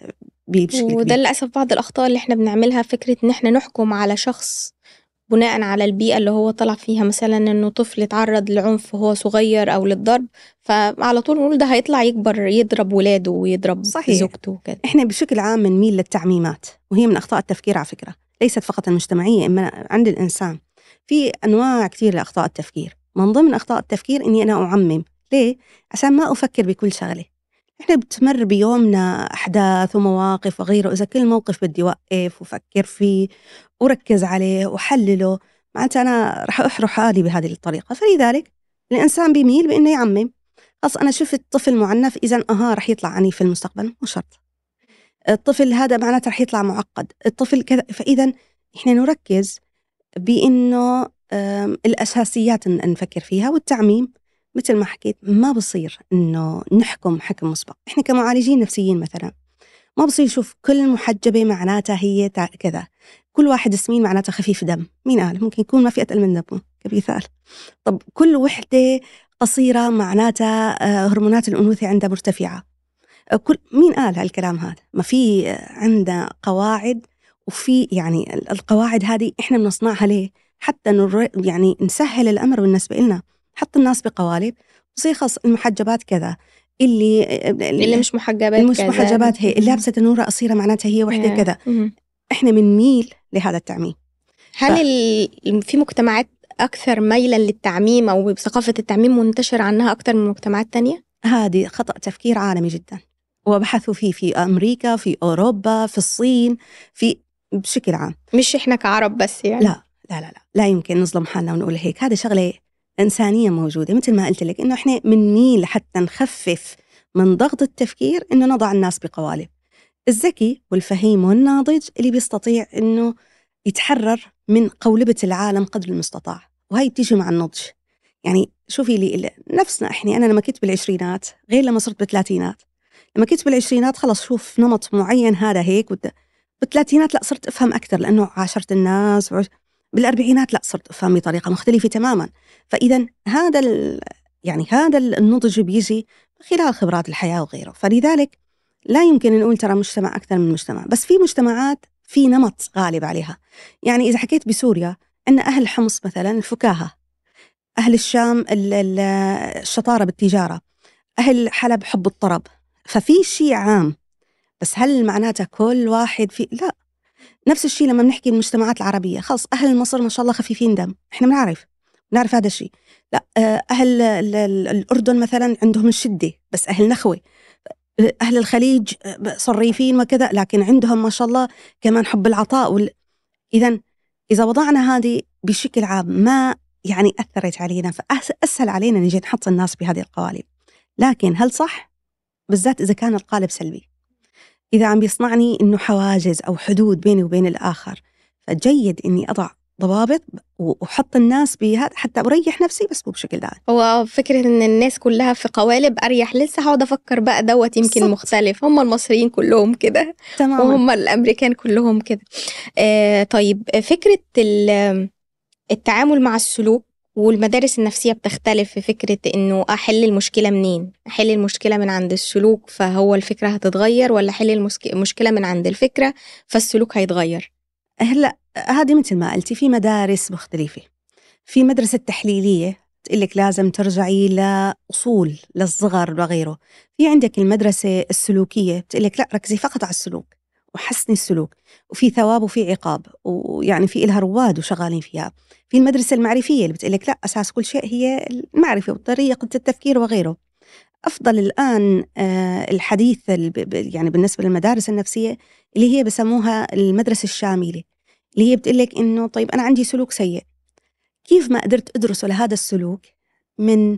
بشكل وده كبير. للأسف بعض الأخطاء اللي احنا بنعملها، فكرة إن احنا نحكم على شخص بناء على البيئة اللي هو طلع فيها، مثلا إنه طفل يتعرض لعنف وهو صغير أو للضرب، فعلى طول نقول ده هيطلع يكبر يضرب ولاده ويضرب صحيح. زوجته وكده. إحنا بشكل عام بنميل للتعميمات، وهي من أخطاء التفكير على فكرة، ليست فقط المجتمعية، إما عند الإنسان. في أنواع كتير لأخطاء التفكير. من ضمن أخطاء التفكير إني أنا أعمم. ليه؟ عشان ما أفكر بكل شغلة. إحنا بتمر بيومنا أحداث ومواقف وغيره، إذا كل موقف بدي وقف وفكر فيه وركز عليه وحلله، معناته أنا رح أحرق حالي بهذه الطريقة. فلذلك الإنسان بيميل بإنه يعمم. خلاص أنا شفت طفل معنف، إذن رح يطلع عنيف في المستقبل، مو شرط. الطفل هذا معناته رح يطلع معقد، الطفل كذا. فإذا إحنا نركز بإنه الأساسيات نفكر فيها، والتعميم مثل ما حكيت ما بصير إنه نحكم حكم مسبق. إحنا كمعالجين نفسيين مثلا ما بصير شوف كل محجبة معناتها هي كذا، كل واحد سمين معناتها خفيف دم. مين قال؟ ممكن يكون ما في أتقل من دمه كمثال. طب كل وحدة قصيرة معناتها هرمونات الأنوثة عندها مرتفعة. مين قال هالكلام هذا؟ ما في عندنا قواعد، وفي يعني القواعد هذه إحنا بنصنعها ليه؟ حتى يعني نسهل الأمر بالنسبة لنا. حط الناس بقوالب، بصير خلص المحجبات كذا، اللي مش محجبات مش كذا، محجبات هي اللي لابسة نورة قصيرة معناتها هي وحدة كذا. إحنا بنميل لهذا التعميم. هل في مجتمعات أكثر ميلا للتعميم أو ثقافة التعميم منتشر عنها أكثر من مجتمعات تانية؟ هذه خطأ تفكير عالمي جدا، وبحثوا فيه في أمريكا، في أوروبا، في الصين، في بشكل عام، مش إحنا كعرب بس يعني. لا لا لا لا, لا يمكن نظلم حالنا ونقول هيك. هذه شغلة إنسانية موجودة، مثل ما قلت لك إنه إحنا بنميل حتى نخفف من ضغط التفكير إنه نضع الناس بقوالب. الذكي والفهيم والناضج اللي بيستطيع إنه يتحرر من قولبة العالم قدر المستطاع، وهي بتيجي مع النضج. يعني شوفي لي نفسنا إحنا، أنا لما كنت بالعشرينات غير لما صرت بالثلاثينات. لما كنت بالعشرينات خلص شوف نمط معين هذا هيك، بالثلاثينات لا صرت أفهم أكثر لأنه عاشرت الناس. بالأربعينات لا صرت أفهم بطريقة مختلفة تماما. فإذا يعني هذا النضج بيجي خلال خبرات الحياة وغيره. فلذلك لا يمكن نقول ترى مجتمع أكثر من مجتمع، بس في مجتمعات في نمط غالب عليها. يعني إذا حكيت بسوريا أن أهل حمص مثلا الفكاهة، أهل الشام الشطارة بالتجارة، أهل حلب حب الطرب. ففي شيء عام، بس هل معناته كل واحد في؟ لا. نفس الشيء لما بنحكي المجتمعات العربية، خلص أهل مصر ما شاء الله خفيفين دم، إحنا بنعرف هذا الشيء. لا، أهل الأردن مثلا عندهم الشدة، بس أهل نخوة. أهل الخليج صريفين وكذا، لكن عندهم ما شاء الله كمان حب العطاء إذا وضعنا هذه بشكل عام ما يعني أثرت علينا، فأسهل علينا نجي نحط الناس بهذه القوالب. لكن هل صح؟ بالذات إذا كان القالب سلبي، إذا عم بيصنعني إنه حواجز أو حدود بيني وبين الآخر، فجيد إني أضع ضوابط وحط الناس بهذا حتى أريح نفسي، بس مو بشكل دائم. هو فكرة إن الناس كلها في قوالب أريح، لسه هقعد أفكر بقى دوت يمكن بالضبط. مختلف، هم المصريين كلهم كده تماما. وهم الأمريكان كلهم كده. طيب فكرة التعامل مع السلوك والمدارس النفسية بتختلف في فكرة إنه أحل المشكلة منين؟ أحل المشكلة من عند السلوك فهو الفكرة هتتغير، ولا أحل المشكلة من عند الفكرة فالسلوك هيتغير؟ هلا هذه مثل ما قلتي في مدارس مختلفة. في مدرسة تحليلية تقلك لازم ترجعي لأصول للصغر وغيره. في عندك المدرسة السلوكية بتقلك لا، ركزي فقط على السلوك وحسني السلوك، وفي ثواب وفي عقاب، ويعني في إلها رواد وشغالين فيها. في المدرسة المعرفية اللي بتقلك لا، أساس كل شيء هي المعرفة وطريقة التفكير وغيره. أفضل الآن الحديث يعني بالنسبة للمدارس النفسية اللي هي بسموها المدرسة الشاملة، اللي هي بتقلك إنه طيب أنا عندي سلوك سيء، كيف ما قدرت أدرسه لهذا السلوك من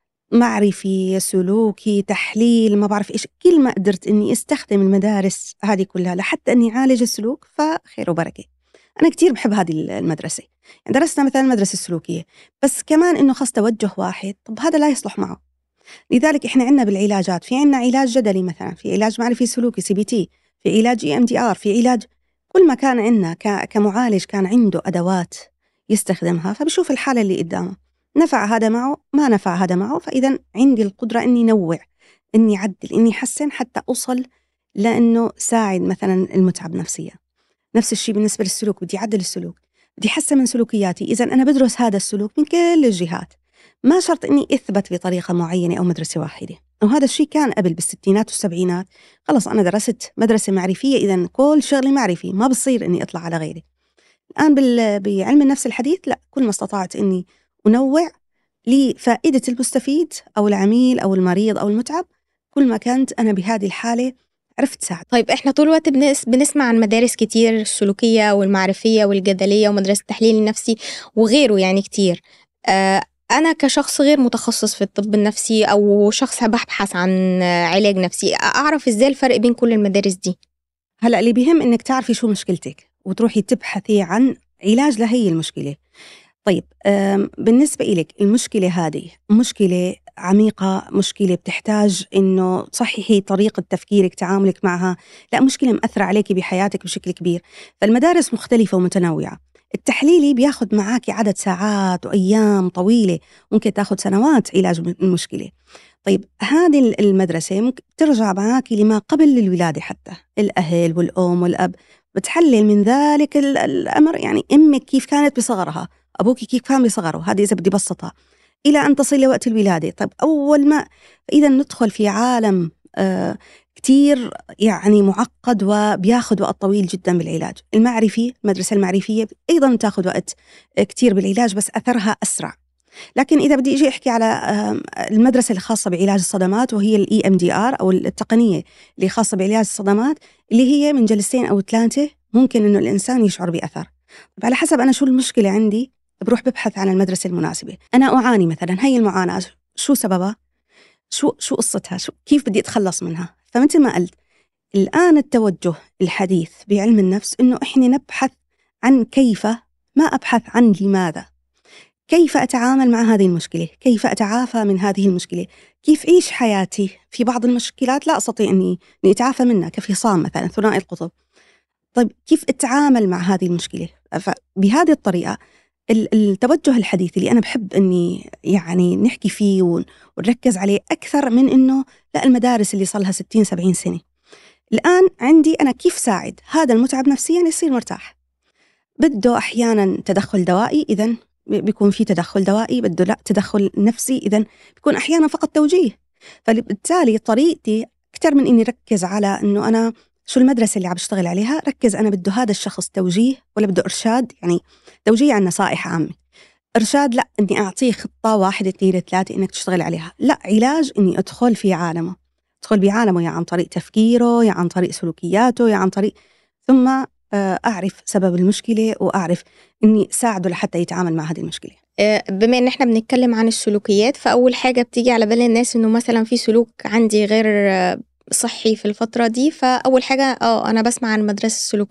معرفي سلوكي تحليل ما بعرف إيش، كل ما قدرت إني استخدم المدارس هذه كلها لحتى إني أعالج السلوك فخير وبركة. أنا كتير بحب هذه المدرسة. يعني درسنا مثلا المدرسة السلوكية، بس كمان إنه خاص توجه واحد، طب هذا لا يصلح معه. لذلك إحنا عندنا بالعلاجات، في عندنا علاج جدلي مثلا، في علاج معرفي سلوكي CBT، في علاج EMDR، في علاج كل ما كان عندنا كمعالج كان عنده أدوات يستخدمها، فبشوف الحالة اللي قدامه نفع هذا معه ما نفع هذا معه، فإذا عندي القدرة إني نوع، إني عدل، إني حسن حتى أوصل لأنه ساعد مثلا المتعب نفسيا. نفس الشيء بالنسبة للسلوك، بدي أعدل السلوك، بدي أحسن من سلوكياتي، إذا أنا بدرس هذا السلوك من كل الجهات، ما شرط إني أثبت بطريقة معينة أو مدرسة واحدة. وهذا الشيء كان قبل بالستينات والسبعينات، خلص أنا درست مدرسة معرفية، إذا كل شغلي معرفي، ما بصير إني أطلع على غيري. الآن بعلم النفس الحديث لا، كل ما استطعت إني أنوع لفائدة المستفيد أو العميل أو المريض أو المتعب، كل ما كانت أنا بهذه الحالة عرفت ساعد. طيب إحنا طول الوقت بنسمع عن مدارس كتير، السلوكية والمعرفية والجدلية ومدرسة التحليل النفسي وغيره يعني كتير. أنا كشخص غير متخصص في الطب النفسي أو شخص ببحث عن علاج نفسي، أعرف إزاي الفرق بين كل المدارس دي؟ هلأ اللي بيهم إنك تعرفي شو مشكلتك وتروحي تبحثي عن علاج لهي المشكلة. طيب بالنسبة إليك المشكلة هذه مشكلة عميقة، مشكلة بتحتاج إنه تصححي طريقة تفكيرك تعاملك معها، لا مشكلة مأثرة عليك بحياتك بشكل كبير، فالمدارس مختلفة ومتنوعة. التحليلي بياخد معاكي عدد ساعات وأيام طويلة، ممكن تاخد سنوات علاج المشكلة. طيب هذه المدرسة ممكن ترجع معاكي لما قبل الولادة، حتى الأهل والأم والأب بتحلل من ذلك الأمر، يعني أمك كيف كانت بصغرها، أبوك كيف كان بصغره، هذه إذا بدي بسطها إلى أن تصل لوقت الولادة. طيب أول ما إذا ندخل في عالم كتير يعني معقد وبياخد وقت طويل جدا بالعلاج. المعرفي، المدرسة المعرفية أيضا تاخد وقت كتير بالعلاج بس أثرها أسرع. لكن إذا بدي أجي أحكي على المدرسة الخاصة بعلاج الصدمات، وهي EMDR أو التقنية اللي خاصة بعلاج الصدمات، اللي هي من جلستين أو 3 ممكن إنه الإنسان يشعر بأثر. على حسب أنا شو المشكلة عندي بروح ببحث عن المدرسة المناسبة. أنا أعاني مثلا، هي المعاناة شو سببها، شو قصتها، كيف بدي أتخلص منها. فمثل ما قلت الآن التوجه الحديث بعلم النفس إنه إحنا نبحث عن كيف، ما أبحث عن لماذا. كيف أتعامل مع هذه المشكلة، كيف أتعافى من هذه المشكلة، كيف أعيش حياتي. في بعض المشكلات لا أستطيع أني أتعافى منها، كفصام مثلا ثنائي القطب. طيب كيف أتعامل مع هذه المشكلة؟ فبهذه الطريقة التوجه الحديث اللي أنا بحب أني يعني نحكي فيه ونركز عليه أكثر من أنه لا المدارس اللي صلها 60-70 سنة. الآن عندي أنا كيف ساعد هذا المتعب نفسيا يصير مرتاح. بده أحيانا تدخل دوائي، إذن بيكون في تدخل دوائي. بده لا تدخل نفسي، إذن بيكون أحيانا فقط توجيه. فبالتالي طريقتي أكثر من إني ركز على إنه أنا شو المدرسة اللي عم بشتغل عليها، ركز أنا بده هذا الشخص توجيه ولا بده إرشاد. يعني توجيه عن نصائح عامة، إرشاد لا إني أعطيه خطة 1 2 3 إنك تشتغل عليها. لا علاج إني أدخل في عالمه، أدخل بعالمه، يا عن طريق تفكيره، يا عن طريق سلوكياته، يا عن طريق، ثم أعرف سبب المشكلة وأعرف إني ساعده لحتى يتعامل مع هذه المشكلة. بما إن إحنا بنتكلم عن السلوكيات، فأول حاجة بتيجي على بال الناس إنه مثلا في سلوك عندي غير صحي في الفترة دي، فأول حاجة أنا بسمع عن المدرسة السلوكية.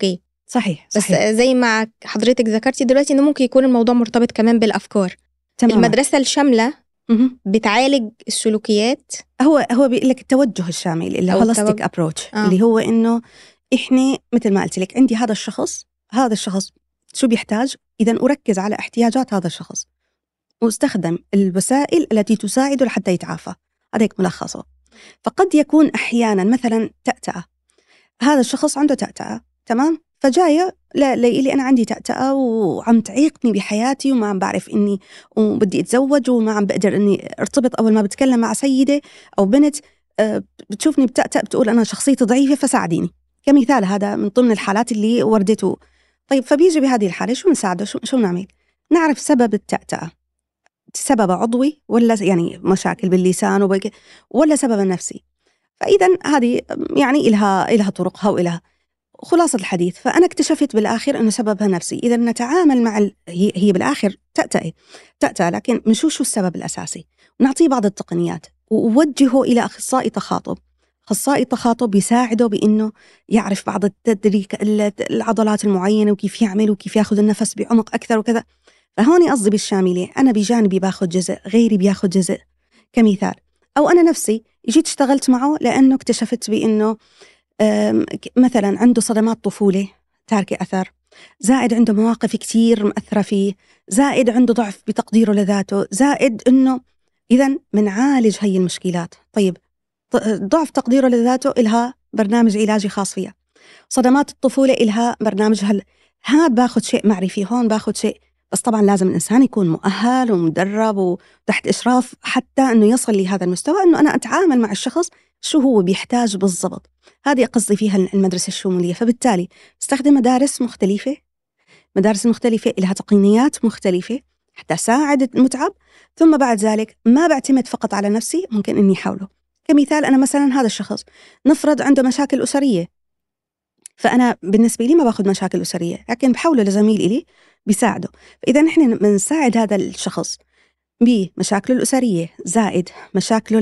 صحيح بس زي ما حضرتك ذكرتي دلوقتي إنه ممكن يكون الموضوع مرتبط كمان بالأفكار. تماما. المدرسة الشاملة بتعالج السلوكيات، هو بيقول لك التوجه الشامل اللي هولستيك ابروتش، اللي هو انه احنا مثل ما قلت لك عندي هذا الشخص شو بيحتاج، اذا اركز على احتياجات هذا الشخص واستخدم الوسائل التي تساعده لحتى يتعافى. هذا هيك ملخصه. فقد يكون احيانا مثلا تأتأة، هذا الشخص عنده تأتأة، تمام، فجاية لي أنا عندي تأتأة وعم تعيقني بحياتي وما عم بعرف إني وبدي أتزوج وما عم بقدر إني ارتبط. أول ما بتكلم مع سيدة أو بنت بتشوفني بتأتأ بتقول أنا شخصيتي ضعيفة فساعديني، كمثال. هذا من ضمن الحالات اللي وردته. طيب فبيجي بهذه الحالة شو نساعده؟ شو نعمل؟ نعرف سبب التأتأة، سبب عضوي ولا يعني مشاكل باللسان ولا سبب نفسي. فإذا هذه يعني إلها طرقها وإلها خلاصة الحديث. فأنا اكتشفت بالآخر أنه سببها نفسي. إذا نتعامل مع هي بالآخر تأتأ، لكن شو السبب الأساسي؟ نعطيه بعض التقنيات ووجهه إلى أخصائي تخاطب. أخصائي التخاطب يساعده بأنه يعرف بعض التدريك العضلات المعينة وكيف يعمل وكيف يأخذ النفس بعمق أكثر وكذا. فهوني قصدي بالشاملة، أنا بجانبي باخذ جزء، غيري بياخذ جزء، كمثال. أو أنا نفسي جيت اشتغلت معه لأنه اكتشفت بأنه مثلا عنده صدمات طفولة تاركة أثر، زائد عنده مواقف كتير مأثرة فيه، زائد عنده ضعف بتقديره لذاته، زائد أنه إذن منعالج هاي المشكلات. طيب ضعف تقديره لذاته إلها برنامج علاجي خاص فيها، صدمات الطفولة إلها برنامج هاد باخد شيء معرفي، هون باخد شيء. بس طبعا لازم الإنسان يكون مؤهل ومدرب وتحت إشراف حتى أنه يصل لهذا المستوى، أنه أنا أتعامل مع الشخص شو هو بيحتاج بالضبط. هذه قصدي فيها المدرسة الشمولية. فبالتالي استخدم مدارس مختلفة لها تقنيات مختلفة حتى أساعد المتعب. ثم بعد ذلك ما بعتمد فقط على نفسي، ممكن إني أحاوله. كمثال أنا مثلا هذا الشخص نفرض عنده مشاكل أسرية، فأنا بالنسبة لي ما باخذ مشاكل أسرية، لكن بحوله لزميل إلي بيساعده. فإذا نحن بنساعد هذا الشخص بمشاكله الأسرية، زائد مشاكله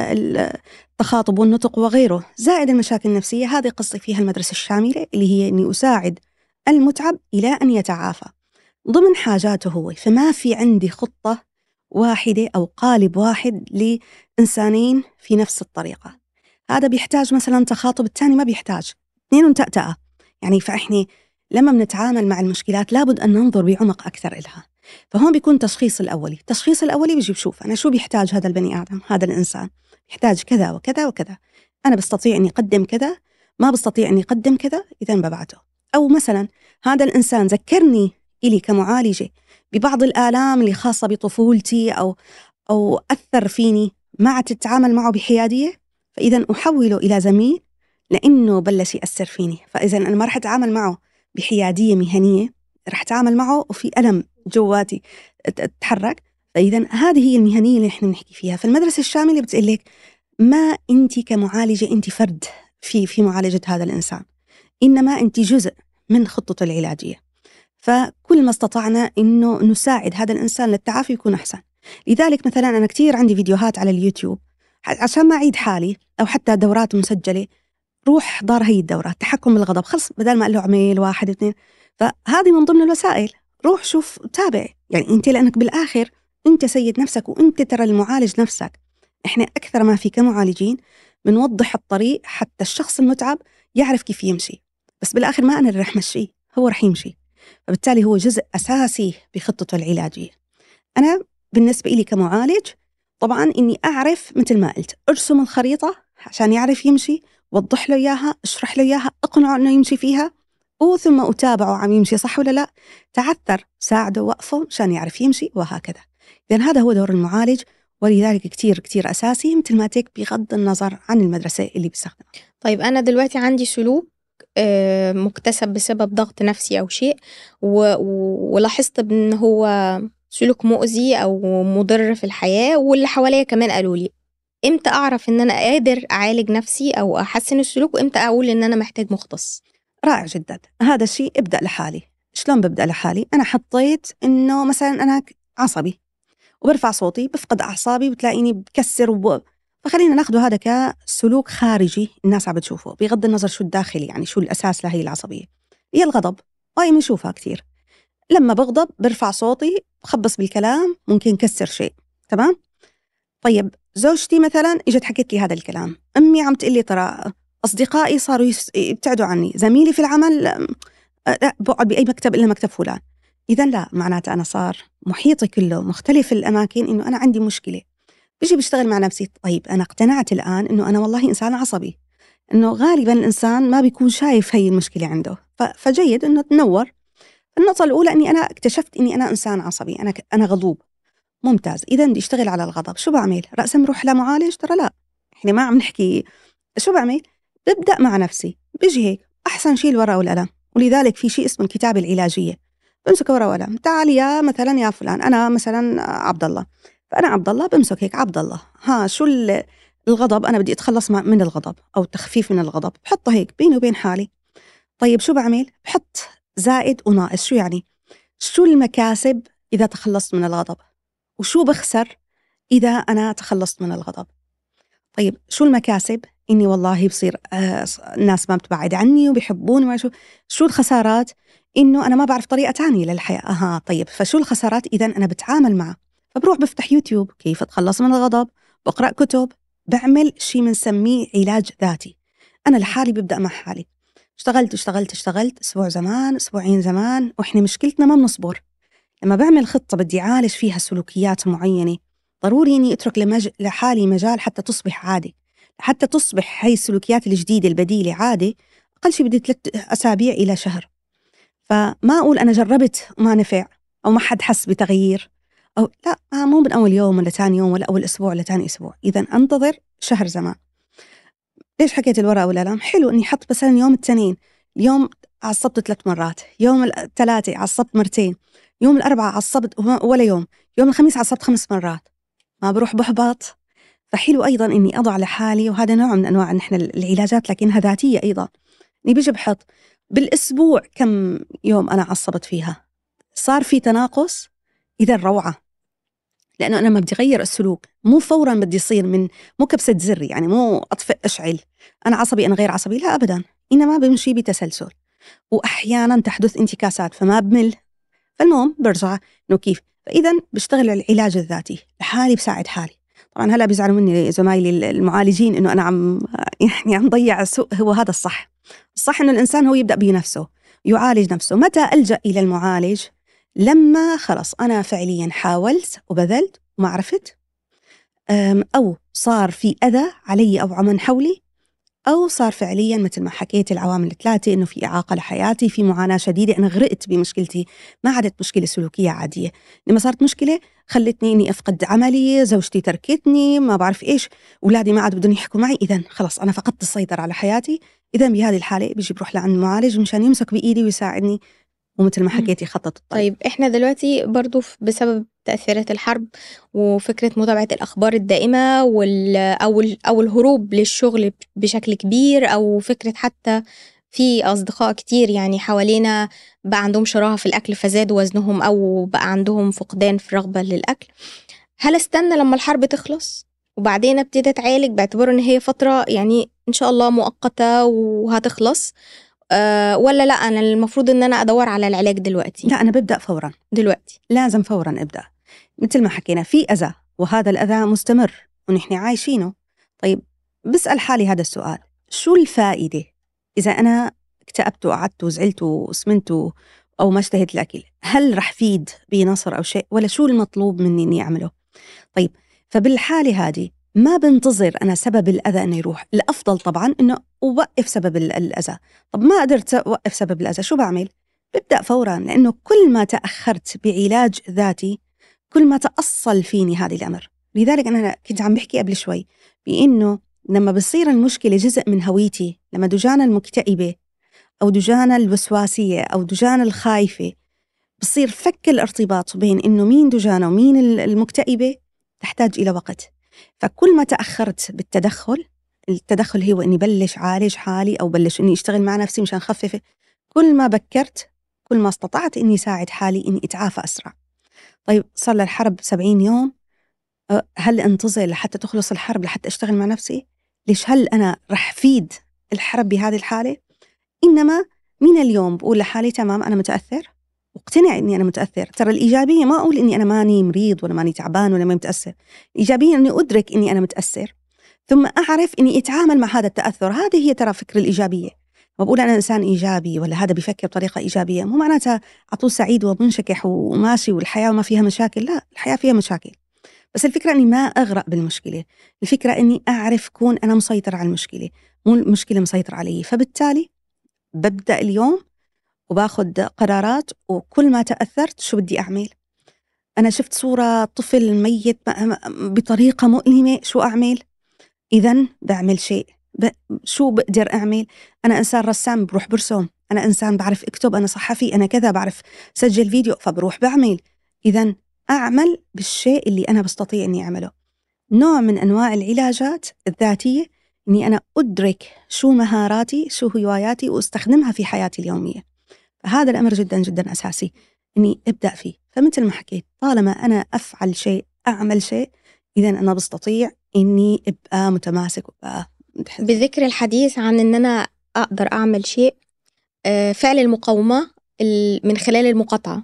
التخاطب والنطق وغيره، زائد المشاكل النفسية، هذه قصدي فيها المدرسة الشاملة، اللي هي أني أساعد المتعب إلى أن يتعافى ضمن حاجاته هو. فما في عندي خطة واحدة أو قالب واحد لإنسانين في نفس الطريقة. هذا بيحتاج مثلا تخاطب، الثاني ما بيحتاج، اثنين تأتأة يعني. فإحنا لما بنتعامل مع المشكلات لابد أن ننظر بعمق أكثر إلها. فهون بيكون التشخيص الأولي بيجي بشوف أنا شو بيحتاج هذا البني آدم، هذا الإنسان يحتاج كذا وكذا وكذا، أنا بستطيع أني أقدم كذا، ما بستطيع أني أقدم كذا، إذن ببعته. أو مثلا هذا الإنسان ذكرني إلي كمعالجة ببعض الآلام اللي خاصة بطفولتي أو أثر فيني، ما تتعامل معه بحيادية، فإذا أحوله إلى زميل لأنه بلش يأثر فيني. فإذا أنا ما رح أتعامل معه بحيادية مهنية، رح أتعامل معه وفي ألم جواتي تتحرك. فإذا هذه هي المهنية اللي نحن نحكي فيها. فالمدرسة الشاملة بتقول لك ما أنت كمعالجة أنت فرد في معالجة هذا الإنسان، إنما أنت جزء من خطته العلاجية. فكل ما استطعنا إنه نساعد هذا الإنسان للتعافي يكون أحسن. لذلك مثلا أنا كتير عندي فيديوهات على اليوتيوب عشان ما أعيد حالي، أو حتى دورات مسجلة، روح احضر هي الدورات، تحكم بالغضب، خلص بدل ما أقول له عمل 1 2. فهذه من ضمن الوسائل، روح شوف تابع. يعني أنت لأنك بالآخر أنت سيد نفسك، وأنت ترى المعالج نفسك. إحنا أكثر ما في كمعالجين بنوضح الطريق حتى الشخص المتعب يعرف كيف يمشي، بس بالآخر ما أنا اللي رح مشيه، هو رح يمشي. فبالتالي هو جزء أساسي بخطته العلاجية. أنا بالنسبة لي كمعالج طبعاً إني أعرف مثل ما قلت، أرسم الخريطة عشان يعرف يمشي، وضح له إياها، اشرح له إياها، أقنعه إنه يمشي فيها، وثم أتابعه عم يمشي صح ولا لا، تعثر ساعده وقفه عشان يعرف يمشي، وهكذا. إذن هذا هو دور المعالج، ولذلك كتير كتير أساسي مثل ما تك، بغض النظر عن المدرسة اللي بيستخدمها. طيب أنا دلوقتي عندي سلوك مكتسب بسبب ضغط نفسي أو شيء، ولاحظت بأن هو سلوك مؤذي أو مضر في الحياة، واللي حواليا كمان قالوا لي، إمتى أعرف إن أنا قادر أعالج نفسي أو أحسن السلوك، وإمتى أقول إن أنا محتاج مختص؟ رائع جدا هذا الشيء. ابدأ لحالي. شلون ببدأ لحالي؟ أنا حطيت إنه مثلا أنا عصبي وبرفع صوتي، بفقد أعصابي، بتلاقيني بكسر فخلينا ناخده هذا كسلوك خارجي الناس عم بتشوفه، بغض النظر شو الداخلي، يعني شو الأساس لهي العصبية. هي الغضب. وهي بنشوفها كتير، لما بغضب برفع صوتي، بخبص بالكلام، ممكن كسر شيء. تمام؟ طيب زوجتي مثلا اجت حكت لي هذا الكلام، امي عم تقول لي ترى اصدقائي صاروا يبتعدوا عني، زميلي في العمل لا بقعد باي مكتب الا مكتب فلان. اذا لا، معناته انا صار محيطي كله مختلف الاماكن، انه انا عندي مشكله. بيجي بشتغل مع نفسي، طيب انا اقتنعت الان انه انا والله انسان عصبي، انه غالبا الانسان ما بيكون شايف هي المشكله عنده، فجيد انه تنور. النقطه الاولى اني انا اكتشفت اني انا انسان عصبي، انا غضوب. ممتاز، إذا بدي أشتغل على الغضب. شو بعمل؟ رأسا بروح لمعالج؟ ترى لا، إحنا ما عم نحكي. شو بعمل؟ ببدأ مع نفسي، بيجي هيك أحسن شيء الورقة والقلم. ولذلك في شيء اسمه الكتابة العلاجية. بمسك ورقة وقلم، تعال يا مثلا يا فلان، أنا مثلا عبد الله، فأنا عبد الله بمسك هيك عبد الله، ها شو الغضب، أنا بدي أتخلص من الغضب أو التخفيف من الغضب، بحطه هيك بيني وبين حالي. طيب شو بعمل؟ بحط زائد وناقص. شو يعني؟ شو المكاسب إذا تخلصت من الغضب؟ وشو بخسر إذا أنا تخلصت من الغضب؟ طيب شو المكاسب؟ إني والله بصير الناس ما بتبعد عني وبيحبوني. ما شو الخسارات؟ إنه أنا ما بعرف طريقة تانية للحياة. طيب فشو الخسارات؟ إذا أنا بتعامل معه، فبروح بفتح يوتيوب كيف أتخلص من الغضب، بقرأ كتب، بعمل شيء بنسميه علاج ذاتي. أنا لحالي ببدأ مع حالي. اشتغلت أسبوع زمان، أسبوعين زمان، وإحنا مشكلتنا ما بنصبر. لما بعمل خطة بدي أعالج فيها سلوكيات معينة، ضروري إني أترك لحالي مجال حتى تصبح عادة، حتى تصبح هاي السلوكيات الجديدة البديلة عادة. أقل شيء بدي 3 أسابيع إلى شهر. فما أقول أنا جربت وما نفع، أو ما حد حس بتغيير، أو لا، مو من أول يوم ولا تاني يوم ولا أول أسبوع ولا تاني أسبوع. إذا أنتظر شهر زمان. ليش حكيت الورقة والقلم؟ حلو إني حط مثلا يوم الاثنين، اليوم عصبت 3 مرات، يوم الثلاثة عصبت مرتين، يوم الأربعة عصبت ولا يوم، يوم الخميس عصبت 5 مرات. ما بروح بحبط. فحلو أيضا إني أضع لحالي، وهذا نوع من أنواع نحن العلاجات لكنها ذاتية أيضا، إني بيجي بحط بالأسبوع كم يوم أنا عصبت فيها. صار في تناقص، إذا روعة، لأنه أنا ما بدي أغير السلوك، مو فوراً بدي يصير مو كبسة زر، يعني مو أطفئ أشعل أنا عصبي أنا غير عصبي، لا أبداً، إنما بمشي بتسلسل، وأحياناً تحدث انتكاسات فما بمل. فالمهم برجع إنه كيف. فإذا بشتغل على العلاج الذاتي لحالي، بساعد حالي. طبعاً هلا بيزعلوا مني زمايلي المعالجين إنه أنا عم ضيع السوق. هو هذا الصح إنه الإنسان هو يبدأ بنفسه، يعالج نفسه. متى ألجأ إلى المعالج؟ لما خلص أنا فعلياً حاولت وبذلت وما عرفت، أو صار في أذى علي أو عمن حولي، أو صار فعلياً مثل ما حكيت العوامل 3، إنه في إعاقة لحياتي، في معاناة شديدة، أنا غرقت بمشكلتي، ما عادت مشكلة سلوكية عادية، لما صارت مشكلة خلتني إني أفقد عملي، زوجتي تركتني، ما بعرف إيش، أولادي ما عاد بدهم يحكوا معي، إذن خلص أنا فقدت السيطرة على حياتي. إذن بهذه الحالة بيجي بروح لعند معالج مشان يمسك بإيدي ويساعدني، ومثل ما حكيت يخطط الطريق. طيب إحنا دلوقتي برضو بسبب تأثيرات الحرب وفكرة متابعة الأخبار الدائمة أو الهروب للشغل بشكل كبير، أو فكرة حتى في أصدقاء كتير يعني حوالينا بقى عندهم شراهة في الأكل فزاد وزنهم، أو بقى عندهم فقدان في الرغبة للأكل. هل استنى لما الحرب تخلص وبعدين ابتدي أتعالج باعتبار إن هي فترة يعني إن شاء الله مؤقتة وهتخلص، ولا لأ أنا المفروض إن أنا أدور على العلاج دلوقتي؟ لا، أنا ببدأ فوراً دلوقتي لازم فوراً أبدأ. مثل ما حكينا في أذى، وهذا الأذى مستمر ونحن عايشينه. طيب بسأل حالي هذا السؤال: شو الفائدة إذا أنا اكتئبت وقعدت وزعلت وسمنت أو ما اشتهيت الأكل؟ هل رح فيد بنصر أو شيء، ولا شو المطلوب مني إني أعمله؟ طيب فبالحالة هذه ما بنتظر أنا سبب الأذى أنه يروح. الأفضل طبعاً أنه أوقف سبب الأذى. طب ما قدرت أوقف سبب الأذى، شو بعمل؟ ببدأ فوراً، لأنه كل ما تأخرت بعلاج ذاتي كل ما تأصل فيني هذا الأمر. لذلك أنا كنت عم بحكي قبل شوي بأنه لما بصير المشكلة جزء من هويتي، لما دجانا المكتئبة أو دجانا الوسواسية أو دجانا الخايفة، بصير فك الارتباط بين إنه مين دجانا ومين المكتئبة تحتاج إلى وقت. فكل ما تأخرت بالتدخل، التدخل هو إني بلش عالج حالي أو بلش إني أشتغل مع نفسي مشان خفف، كل ما بكرت كل ما استطعت إني ساعد حالي إني أتعافى أسرع. طيب صار للحرب 70 يوم، هل انتظر لحتى تخلص الحرب لحتى أشتغل مع نفسي؟ ليش؟ هل أنا رح فيد الحرب بهذه الحالة؟ إنما من اليوم بقول لحالي تمام أنا متأثر، واقتنع إني أنا متأثر. ترى الإيجابية ما أقول إني أنا ماني مريض ولا ماني تعبان ولا ماني متأثر، الإيجابية إني أدرك إني أنا متأثر ثم أعرف إني أتعامل مع هذا التأثر. هذه هي ترى فكر الإيجابية. وبقول أنا إنسان إيجابي ولا هذا بيفكر بطريقة إيجابية مو معناتها عطول سعيد ومنشكح وماشي والحياة ما فيها مشاكل. لا، الحياة فيها مشاكل، بس الفكرة إني ما أغرق بالمشكلة. الفكرة إني أعرف كون أنا مسيطر على المشكلة، مو المشكلة مسيطر علي. فبالتالي ببدأ اليوم وباخد قرارات، وكل ما تأثرت شو بدي أعمل. أنا شفت صورة طفل ميت بطريقة مؤلمة، شو أعمل؟ إذن بعمل شيء. شو بقدر أعمل؟ أنا إنسان رسام بروح برسم، أنا إنسان بعرف أكتب، أنا صحفي، أنا كذا بعرف سجل فيديو، فبروح بعمل. إذن أعمل بالشيء اللي أنا بستطيع أني أعمله. نوع من أنواع العلاجات الذاتية أني أنا أدرك شو مهاراتي، شو هواياتي، وأستخدمها في حياتي اليومية. فهذا الأمر جدا جدا أساسي أني أبدأ فيه. فمثل ما حكيت، طالما أنا أفعل شيء، أعمل شيء، إذن أنا بستطيع أني أبقى متماسك وأبقى متحدث. بذكر الحديث عن أن أنا أقدر أعمل شيء، فعل المقاومة من خلال المقاطعة.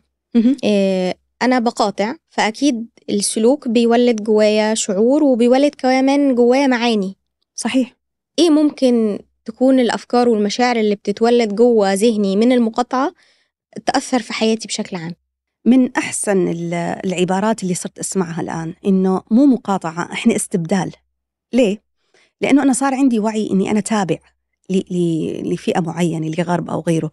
أنا بقاطع، فأكيد السلوك بيولد جوايا شعور وبيولد كمان جوايا معاني. صحيح. إيه ممكن تكون الأفكار والمشاعر اللي بتتولد جوا ذهني من المقاطعة تأثر في حياتي بشكل عام؟ من أحسن العبارات اللي صرت أسمعها الآن إنه مو مقاطعة، إحنا استبدال. ليه؟ لأنه أنا صار عندي وعي إني أنا تابع لفئة معينة، لغرب أو غيره،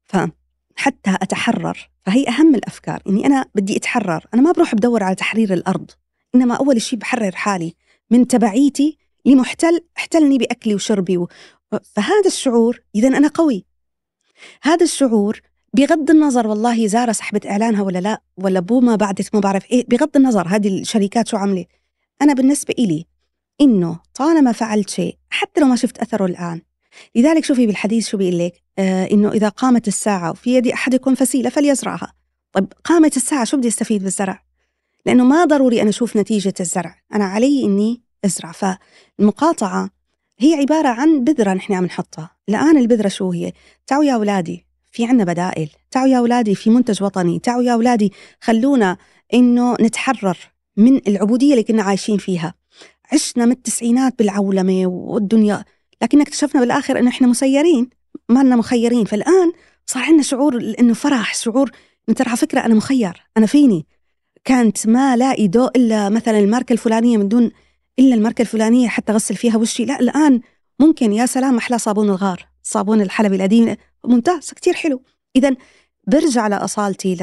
فحتى أتحرر. فهي أهم الأفكار، إني أنا بدي أتحرر. أنا ما بروح بدور على تحرير الأرض، إنما أول شيء بحرر حالي من تبعيتي لمحتل احتلني بأكلي وشربي فهذا الشعور، إذن أنا قوي. هذا الشعور بغض النظر والله زارة سحبت إعلانها ولا لا، ولا بو ما بعدت ما بعرف إيه، بغض النظر هذه الشركات شو عملت، أنا بالنسبة إلي إنه طالما فعلت شيء حتى لو ما شفت أثره الآن. لذلك شوفي بالحديث شو بيقول لك، إنه إذا قامت الساعة وفي يد أحدكم فسيلة فليزرعها. طيب قامت الساعة، شو بدي استفيد بالزرع؟ لأنه ما ضروري أنا أشوف نتيجة الزرع، أنا علي إني أزرع. فالمقاطعة هي عبارة عن بذرة نحن عم نحطها. الآن البذرة شو هي؟ تعوا يا أولادي في عنا بدائل، تعوا يا أولادي في منتج وطني، تعوا يا أولادي خلونا إنه نتحرر من العبودية اللي كنا عايشين فيها. عشنا من التسعينات بالعولمة والدنيا، لكن اكتشفنا بالآخر إنه إحنا مسيرين، ما لنا مخيرين. فالآن صار عندنا شعور إنه فرح، شعور إنه ترى فكرة أنا مخير، أنا فيني. كانت ما لاقي ضوء إلا مثلا الماركة الفلانية، من دون إلا الماركة الفلانية حتى غسل فيها وشي. لا، الآن ممكن، يا سلام، أحلى صابون الغار، صابون الحلبي القديم، ممتاز كتير حلو. إذن برجع لأصالتي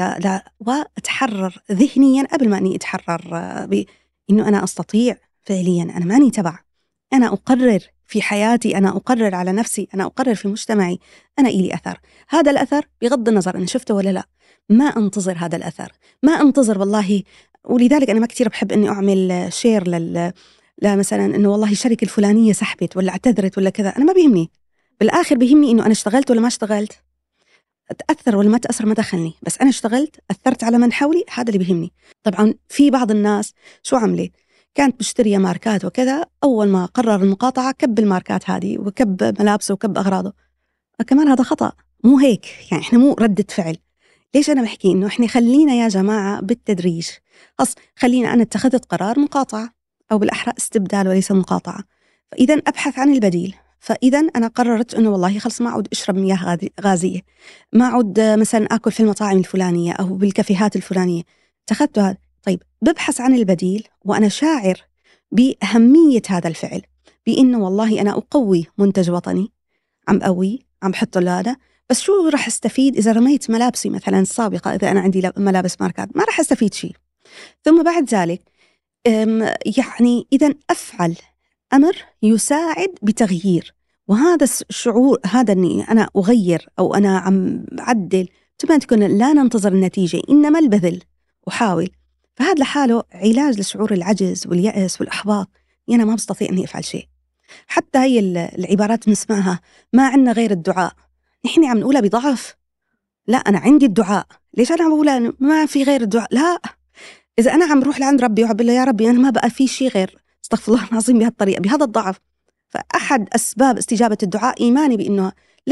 وأتحرر ذهنيا قبل ما أني أتحرر بإنه أنا أستطيع فعليا. أنا ماني تبع، أنا أقرر في حياتي، أنا أقرر على نفسي، أنا أقرر في مجتمعي، أنا إلي أثر. هذا الأثر بغض النظر أنا شفته ولا لا، ما أنتظر هذا الأثر، ما أنتظر والله. ولذلك أنا ما كتير بحب أني أعمل شير لا مثلا إنه والله الشركة الفلانية سحبت ولا اعتذرت ولا كذا. أنا ما بيهمني، بالآخر بيهمني إنه أنا اشتغلت ولا ما اشتغلت، أتأثر ولا ما تأثر ما دخلني، بس أنا اشتغلت، أثرت على من حولي، هذا اللي بيهمني. طبعا في بعض الناس شو عملت، كانت مشترية ماركات وكذا، أول ما قرر المقاطعة كب الماركات هذه وكب ملابسه وكب أغراضه. كمان هذا خطأ، مو هيك يعني، إحنا مو ردة فعل. ليش أنا بحكي إنه إحنا خلينا يا جماعة بالتدريج، خلينا أنا اتخذت قرار مقاطعة، أو بالأحرى استبدال وليس مقاطعة، فإذا أبحث عن البديل. فإذا أنا قررت إنه والله خلص ما أعود أشرب مياه غازية، ما أعود مثلا أكل في المطاعم الفلانية أو بالكافيهات الفلانية، اتخذت هذا. طيب ببحث عن البديل وأنا شاعر بأهمية هذا الفعل، بإنه والله أنا أقوي منتج وطني، عم قوي، عم بحط له هذا. بس شو رح استفيد إذا رميت ملابسي مثلا السابقة، إذا أنا عندي ملابس ماركات ما رح استفيد شيء. ثم بعد ذلك يعني إذا أفعل أمر يساعد بتغيير، وهذا الشعور، هذا أني أنا أغير أو أنا عم بعدل، تبقى تكون لا ننتظر النتيجة إنما البذل وحاول. فهذا لحاله علاج لشعور العجز واليأس والإحباط، أنا ما بستطيع أني أفعل شيء. حتى هي العبارات بنسمعها، ما عندنا غير الدعاء، نحن عم نقولها بضعف. لا، أنا عندي الدعاء، ليش أنا عم بقولها ما في غير الدعاء؟ لا، إذا أنا عم روح لعند ربي وعم بقول له يا ربي أنا ما بقى في شيء غير، استغفر الله العظيم، بهالطريقة بهذا الضعف، فأحد أسباب استجابة الدعاء إيماني بأنه لا،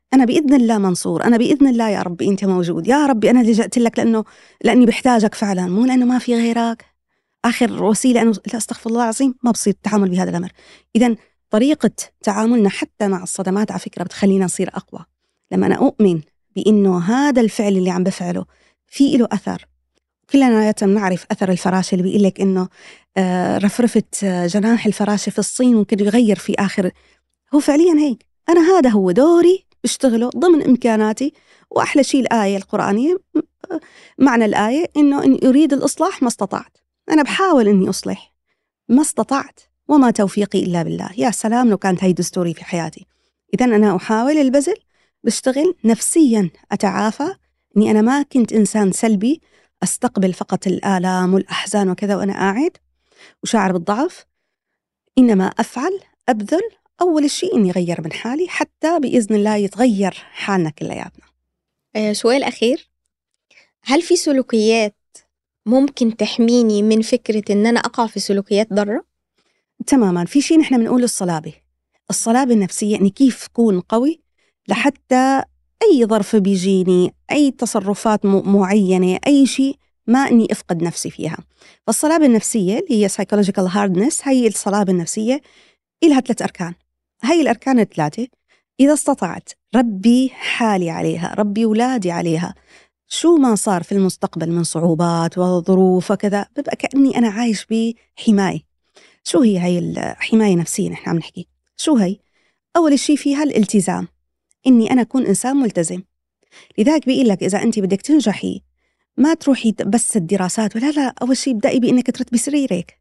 أنا بإذن الله منصور، أنا بإذن الله يا ربي أنت موجود، يا ربي أنا لجأت لك لأني بحتاجك فعلا، مو لأنه ما في غيرك. آخر وسيلة أنه لا أستغفر الله العظيم، ما بصير التعامل بهذا الأمر. إذن طريقة تعاملنا حتى مع الصدمات على فكرة بتخلينا نصير أقوى. لما أنا أؤمن بأنه هذا الفعل اللي عم بفعله في له أثر. كلنا نعرف أثر الفراشة اللي بيقول لك إنه رفرفة جناح الفراشة في الصين ممكن يغير في آخر. هو فعليا هيك، أنا هذا هو دوري بشتغله ضمن إمكاناتي. وأحلى شيء الآية القرآنية، معنى الآية إنه إن أريد الإصلاح ما استطعت. أنا بحاول إني أصلح ما استطعت، وما توفيقي إلا بالله. يا سلام لو كانت هاي دستوري في حياتي. إذن أنا أحاول البذل، بشتغل نفسيا، أتعافى إني أنا ما كنت إنسان سلبي أستقبل فقط الآلام والأحزان وكذا وأنا قاعد وشاعر بالضعف، إنما أفعل أبذل. أول شيء إني أغير من حالي حتى بإذن الله يتغير حالنا كلياتنا. سؤال أخير، هل في سلوكيات ممكن تحميني من فكرة إن أنا أقع في سلوكيات ضارة؟ تماما. في شيء نحن بنقوله الصلابة النفسية، يعني كيف أكون قوي لحتى أي ظرف بيجيني، أي تصرفات معينة، أي شيء ما إني أفقد نفسي فيها. فالصلابة النفسية اللي هي psychological hardness، هي الصلابة النفسية إلها 3 أركان. هاي الأركان ال3 إذا استطعت ربي حالي عليها، ربي أولادي عليها، شو ما صار في المستقبل من صعوبات وظروف وكذا، ببقى كأني أنا عايش بحماية. شو هي هاي الحماية النفسية نحن عم نحكي؟ شو هي؟ أول شيء فيها الالتزام، إني أنا أكون إنسان ملتزم. لذلك بيقول لك إذا أنت بدك تنجحي ما تروحي بس الدراسات، ولا لا، أول شيء ابدأي بإنك ترتبي سريرك.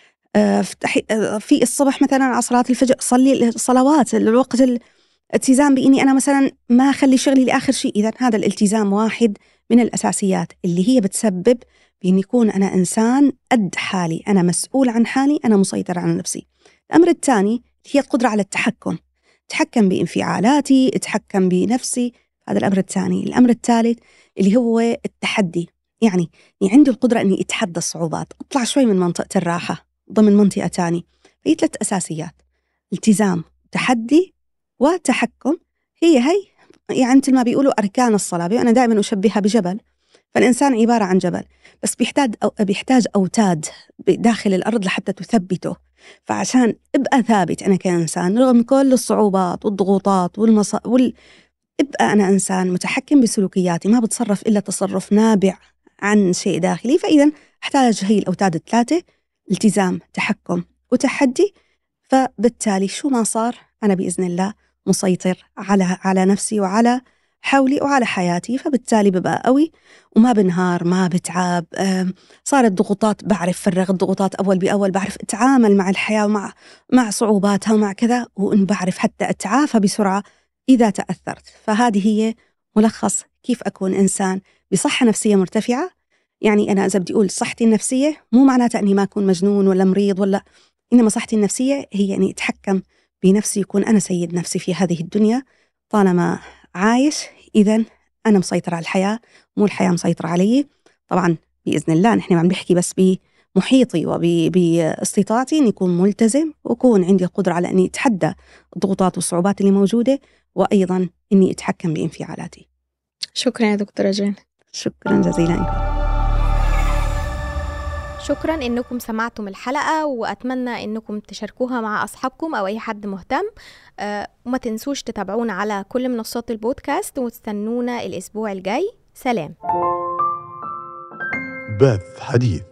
في الصبح مثلا على صلاة الفجر صلي الصلوات، الوقت الالتزام بإني أنا مثلا ما أخلي شغلي لآخر شيء. إذا هذا الالتزام واحد من الأساسيات اللي هي بتسبب بإن يكون أنا إنسان قد حالي، أنا مسؤول عن حالي، أنا مسيطر على نفسي. الأمر الثاني هي القدرة على التحكم، أتحكم بانفعالاتي، أتحكم بنفسي. هذا الأمر الثاني. الأمر الثالث اللي هو التحدي، يعني عندي القدرة أني أتحدى الصعوبات، أطلع شوي من منطقة الراحة ضمن منطقة تاني. هي 3 أساسيات: التزام، تحدي، وتحكم. هي يعني مثل ما بيقولوا أركان الصلابة. وأنا دائما أشبهها بجبل. فالإنسان عبارة عن جبل، بس بيحتاج أوتاد داخل الأرض لحتى تثبته. فعشان أبقى ثابت أنا كإنسان رغم كل الصعوبات والضغوطات أبقى أنا إنسان متحكم بسلوكياتي، ما بتصرف إلا تصرف نابع عن شيء داخلي. فإذا أحتاج هي الأوتاد ال3: التزام، تحكم، وتحدي. فبالتالي شو ما صار أنا بإذن الله مسيطر على نفسي وعلى حولي وعلى حياتي. فبالتالي ببقى قوي وما بنهار، ما بتعب. صارت ضغوطات بعرف فرغ الضغوطات أول بأول، بعرف أتعامل مع الحياة ومع صعوباتها ومع كذا، وإن بعرف حتى أتعافى بسرعة إذا تأثرت. فهذه هي ملخص كيف أكون إنسان بصحة نفسية مرتفعة. يعني أنا إذا بدي أقول صحتي النفسية مو معناتها أني ما أكون مجنون ولا مريض ولا، إنما صحتي النفسية هي أني أتحكم بنفسي، يكون أنا سيد نفسي في هذه الدنيا طالما عايش. إذن أنا مسيطرة على الحياة، مو الحياة مسيطرة علي. طبعا بإذن الله نحن عم بحكي بس بمحيطي وباستطاعتي أن يكون ملتزم، ويكون عندي القدرة على أني أتحدى الضغوطات والصعوبات اللي موجودة، وأيضا أني أتحكم بانفعالاتي. شكرا يا دكتورة جان. شكرا جزيلا لكم. شكرا انكم سمعتم الحلقة، واتمنى انكم تشاركوها مع اصحابكم او اي حد مهتم. وما تنسوش تتابعونا على كل منصات البودكاست، وتستنونا الاسبوع الجاي. سلام. بث حديث.